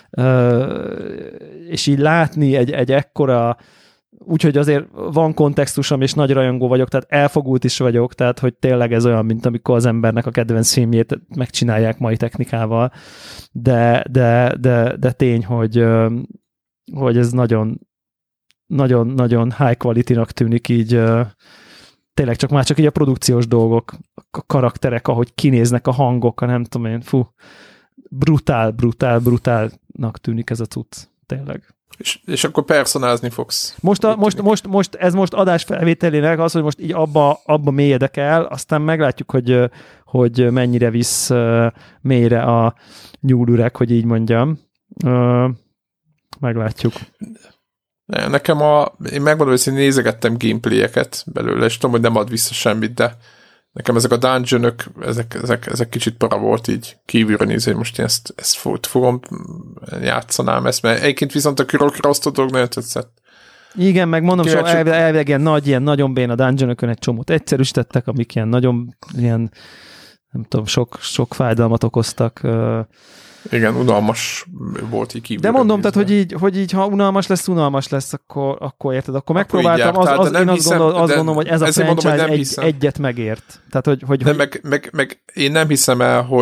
és így látni egy, egy ekkora, úgyhogy azért van kontextusom, és nagy rajongó vagyok, tehát elfogult is vagyok, tehát hogy tényleg ez olyan, mint amikor az embernek a kedvenc filmjét megcsinálják mai technikával, de, de, de, de tény, hogy, hogy ez nagyon nagyon, nagyon high quality-nak tűnik így tényleg csak már csak így a produkciós dolgok, a karakterek, ahogy kinéznek a hangok, a nem tudom én, fú, brutál, brutál, brutálnak tűnik ez a cucc, tényleg. És, és akkor personázni fogsz. Most, a, most, most, most, ez most adás felvételének az, hogy most így abba, abba mélyedek el, aztán meglátjuk, hogy, hogy mennyire visz mélyre a nyúlüreg, hogy így mondjam. Meglátjuk. Nekem a, én megmondom, hogy nézegettem gameplayeket belőle, és tudom, hogy nem ad vissza semmit, de nekem ezek a dungeonök, ezek, ezek, ezek kicsit para volt így kívülről nézni, hogy most én ezt, ezt fogom, játszanám ezt, mert egyébként viszont a Crossed dolog nagyon tetszett. Igen, meg mondom, so, elvileg, elvileg ilyen nagy, ilyen nagyon béna dungeonökön egy csomót egyszerűsítettek, amik ilyen nagyon, ilyen, nem tudom, sok, sok fájdalmat okoztak. Igen, unalmas volt így kívülről. De mondom, tehát, hogy így, hogy így, ha unalmas lesz, unalmas lesz, akkor, akkor érted, akkor megpróbáltam, az, az, én azt, hiszem, gondol, azt gondolom, hogy ez a franchise mondom, egy, egyet megért. Tehát, hogy, hogy, de hogy... Meg, meg, meg én nem hiszem el, hogy,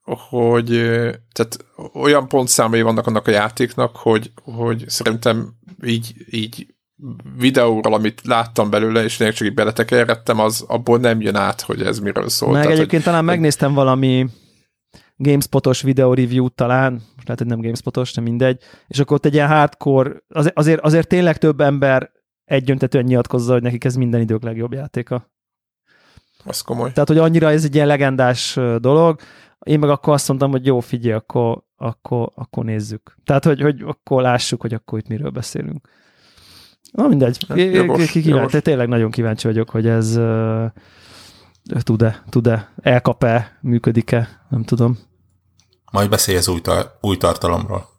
hogy tehát olyan pontszámai vannak annak a játéknak, hogy, hogy szerintem így, így videóról, amit láttam belőle, és én csak így beletekerettem, az abból nem jön át, hogy ez miről szól. Meg tehát, egyébként hogy, talán megnéztem valami GameSpot-os videó review-t talán, most lehet, hogy nem GameSpot-os, nem mindegy, és akkor ott egy ilyen hardcore, azért, azért tényleg több ember egyöntetően nyilatkozza, hogy nekik ez minden idők legjobb játéka. Az komoly. Tehát, hogy annyira ez egy ilyen legendás dolog, én meg akkor azt mondtam, hogy jó, figyelj, akkor, akkor, akkor nézzük. Tehát, hogy, hogy akkor lássuk, hogy akkor itt miről beszélünk. Na mindegy, jogos, kíváncsi, tényleg nagyon kíváncsi vagyok, hogy ez uh, tud-e, tud-e, elkap-e, működik-e, nem tudom. Majd beszélj az új, tar- új tartalomról.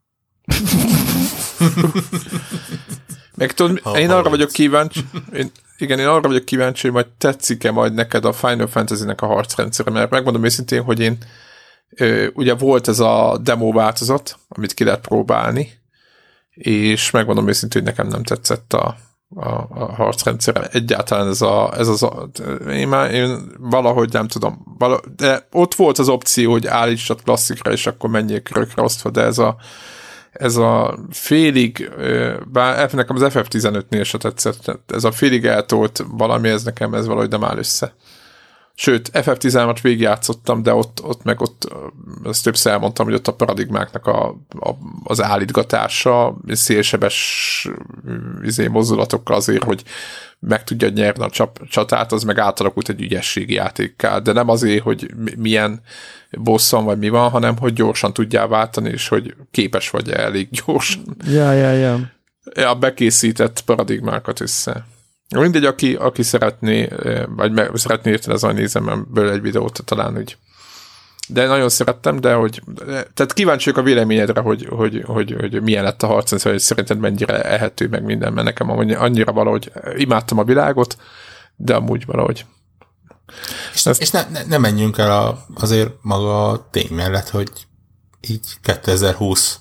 Meg tudod, ha, én arra vagyok kíváncsi, én, igen, én arra vagyok kíváncsi, hogy majd tetszik-e majd neked a Final Fantasy-nek a harcrendszere, mert megmondom őszintén, hogy én ö, ugye volt ez a demo változat, amit ki lehet próbálni, és megmondom őszintén, hogy nekem nem tetszett a, a, a harcrendszere. Egyáltalán ez, a, ez az a, én már én valahogy nem tudom, valahogy, de ott volt az opció, hogy állítsad klasszikra, és akkor menjél körökre osztva, de ez a ez a félig, bár nekem az ef ef tizenötnél se tetszett, ez a félig eltolt valami, ez nekem ez valahogy nem áll össze. Sőt, ef ef tizenhármat végigjátszottam, de ott, ott meg ott, ezt többször elmondtam, hogy ott a paradigmáknak a, a, az állítgatása, szélsebes izé, mozdulatokkal azért, hogy meg tudja nyerni a csap, csatát, az meg átalakult egy ügyességi játékká, de nem azért, hogy milyen bosszon vagy mi van, hanem hogy gyorsan tudjál váltani, és hogy képes vagy elég gyorsan. Ja, ja, ja. A bekészített paradigmákat össze. Mindegy, aki, aki szeretné, vagy me, szeretné érteni, az nézem ebből egy videót talán úgy. De nagyon szerettem, de hogy, tehát kíváncsi vagyok a véleményedre, hogy, hogy, hogy, hogy milyen lett a harc, hogy szerinted mennyire ehető meg minden, mert nekem annyira valahogy imádtam a világot, de amúgy valahogy. És, Ezt... és ne, ne, ne menjünk el a, azért maga a tény mellett, hogy így kétezer-húsz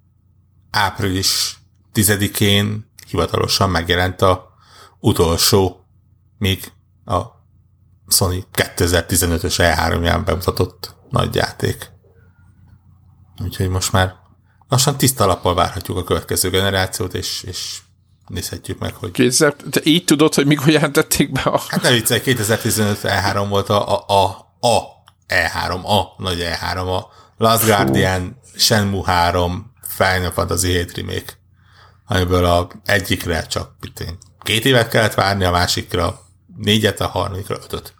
április tizedikén hivatalosan megjelent a utolsó, még a Sony kétezer-tizenötös E három-ján bemutatott nagy játék. Úgyhogy most már lassan tiszta lappal várhatjuk a következő generációt, és, és nézhetjük meg, hogy... Kétszer, te így tudod, hogy mikor jelentették be a... Hát ne viccelj, kétezer-tizenöt E három volt a, a, a, a E három, a nagy E három, a Last Fú. Guardian, Shenmue három, Final Fantasy hét remake, amiből a egyikre csak két évet kellett várni, a másikra négyet, a harmadikra ötöt.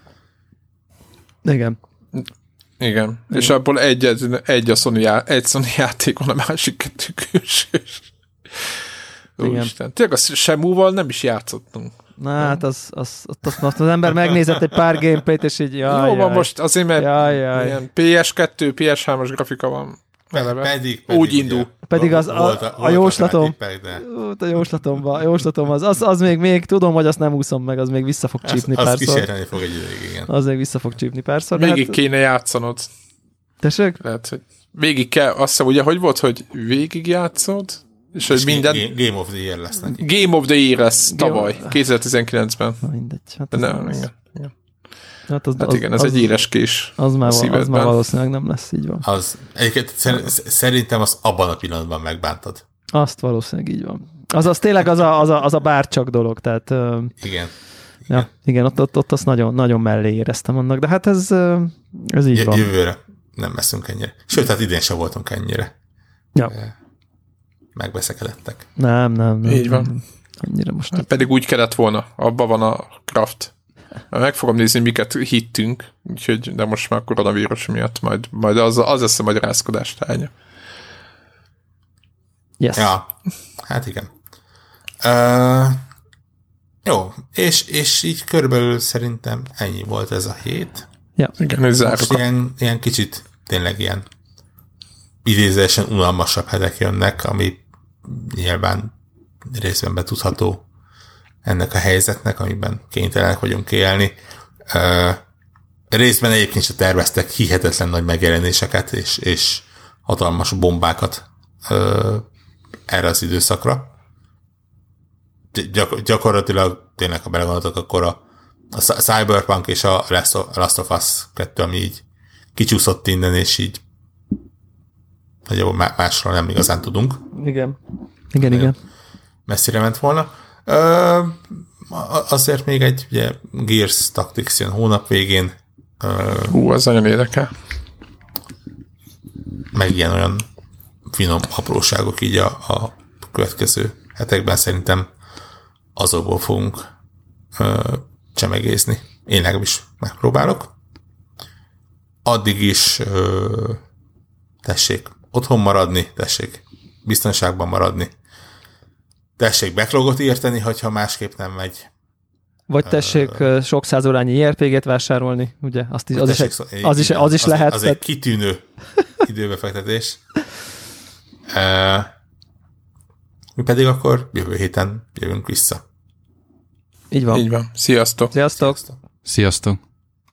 Igen. Igen. Igen. És abból egy, egy, a Sony, já, egy Sony játék van, a másik kettő külsős. Úristen. Tényleg a Shenmue-val nem is játszottunk. Na hát az, az, az, az, az ember megnézett egy pár gameplayt, és így jaj, Jó van jaj. most azért, mert jaj, jaj. ilyen pé es kettő, pé es hármas grafika van. Pedig, pedig, úgy indul. Ugye, pedig az a, a, a jóslatom, de... a jóslatomban, a jóslatom az, az, az még, még tudom, hogy azt nem úszom meg, az még vissza fog csípni az, párszor. Az kísérleni fog egy ideig, igen. Az még vissza fog csípni párszor. Végig hát... kéne játszanod. Tessék? Lehet, hogy végig kell, azt hiszem, ugye, hogy volt, hogy végig játszod? És hogy minden... Game, Game of the Year lesz neki. Game of the Year lesz tavaly, kétezer-tizenkilencben. Na, mindegy. Hát az nem, igen, igen. Hát, az, hát igen, ez az, egy éles kés. Az már, az már valószínűleg nem lesz, így van. Az, egyébként szerintem azt abban a pillanatban megbántad. Azt valószínűleg így van. Az, az tényleg az a, az a, az a bárcsak dolog, tehát... Igen. Igen, igen, ja, igen ott, ott, ott azt nagyon, nagyon mellé éreztem annak, de hát ez, ez így J- van. Jövőre nem leszünk ennyire. Sőt, hát idén sem voltunk ennyire. Ja. Megbeszekedettek. Nem, nem, nem. Így van. Annyira most hát pedig úgy kellett volna. Abban van a craft. Meg fogom nézni, miket hittünk, úgyhogy, de most már koronavírus miatt majd, majd az, az lesz a magyarázkodás tárgya. Yes. Ja, hát igen. Uh, jó, és, és így körülbelül szerintem ennyi volt ez a hét. Ja. Igen, hogy most ilyen, ilyen kicsit tényleg ilyen idézésen unalmasabb hetek jönnek, ami nyilván részben betudható ennek a helyzetnek, amiben kénytelenek vagyunk élni. Uh, részben egyébként se terveztek hihetetlen nagy megjelenéseket és, és hatalmas bombákat uh, erre az időszakra. Gyak, gyakorlatilag tényleg, ha belegondoltok, akkor a, a Cyberpunk és a Last of, Last of Us kettő, ami így kicsúszott innen, és így nagyjából másról nem igazán tudunk. Igen. Igen, igen. Messzire ment volna. Ö, azért még egy ugye, Gears Tactics jön hónap végén. Hú, az nagyon érdekel. Meg ilyen olyan finom apróságok így a, a következő hetekben szerintem azokból fogunk ö, csemegézni. Én legalábbis megpróbálok. Addig is ö, tessék otthon maradni, tessék biztonságban maradni, tessék backlogot írteni, hogyha másképp nem megy. Vagy tessék uh, sok száz órányi i er pé gét vásárolni, ugye? Azt is, az, tessék, is, egy, az, is, az is az, lehet. Az egy kitűnő időbefektetés. Uh, mi pedig akkor jövő héten jövünk vissza. Így van. Így van. Sziasztok. Sziasztok. Sziasztok.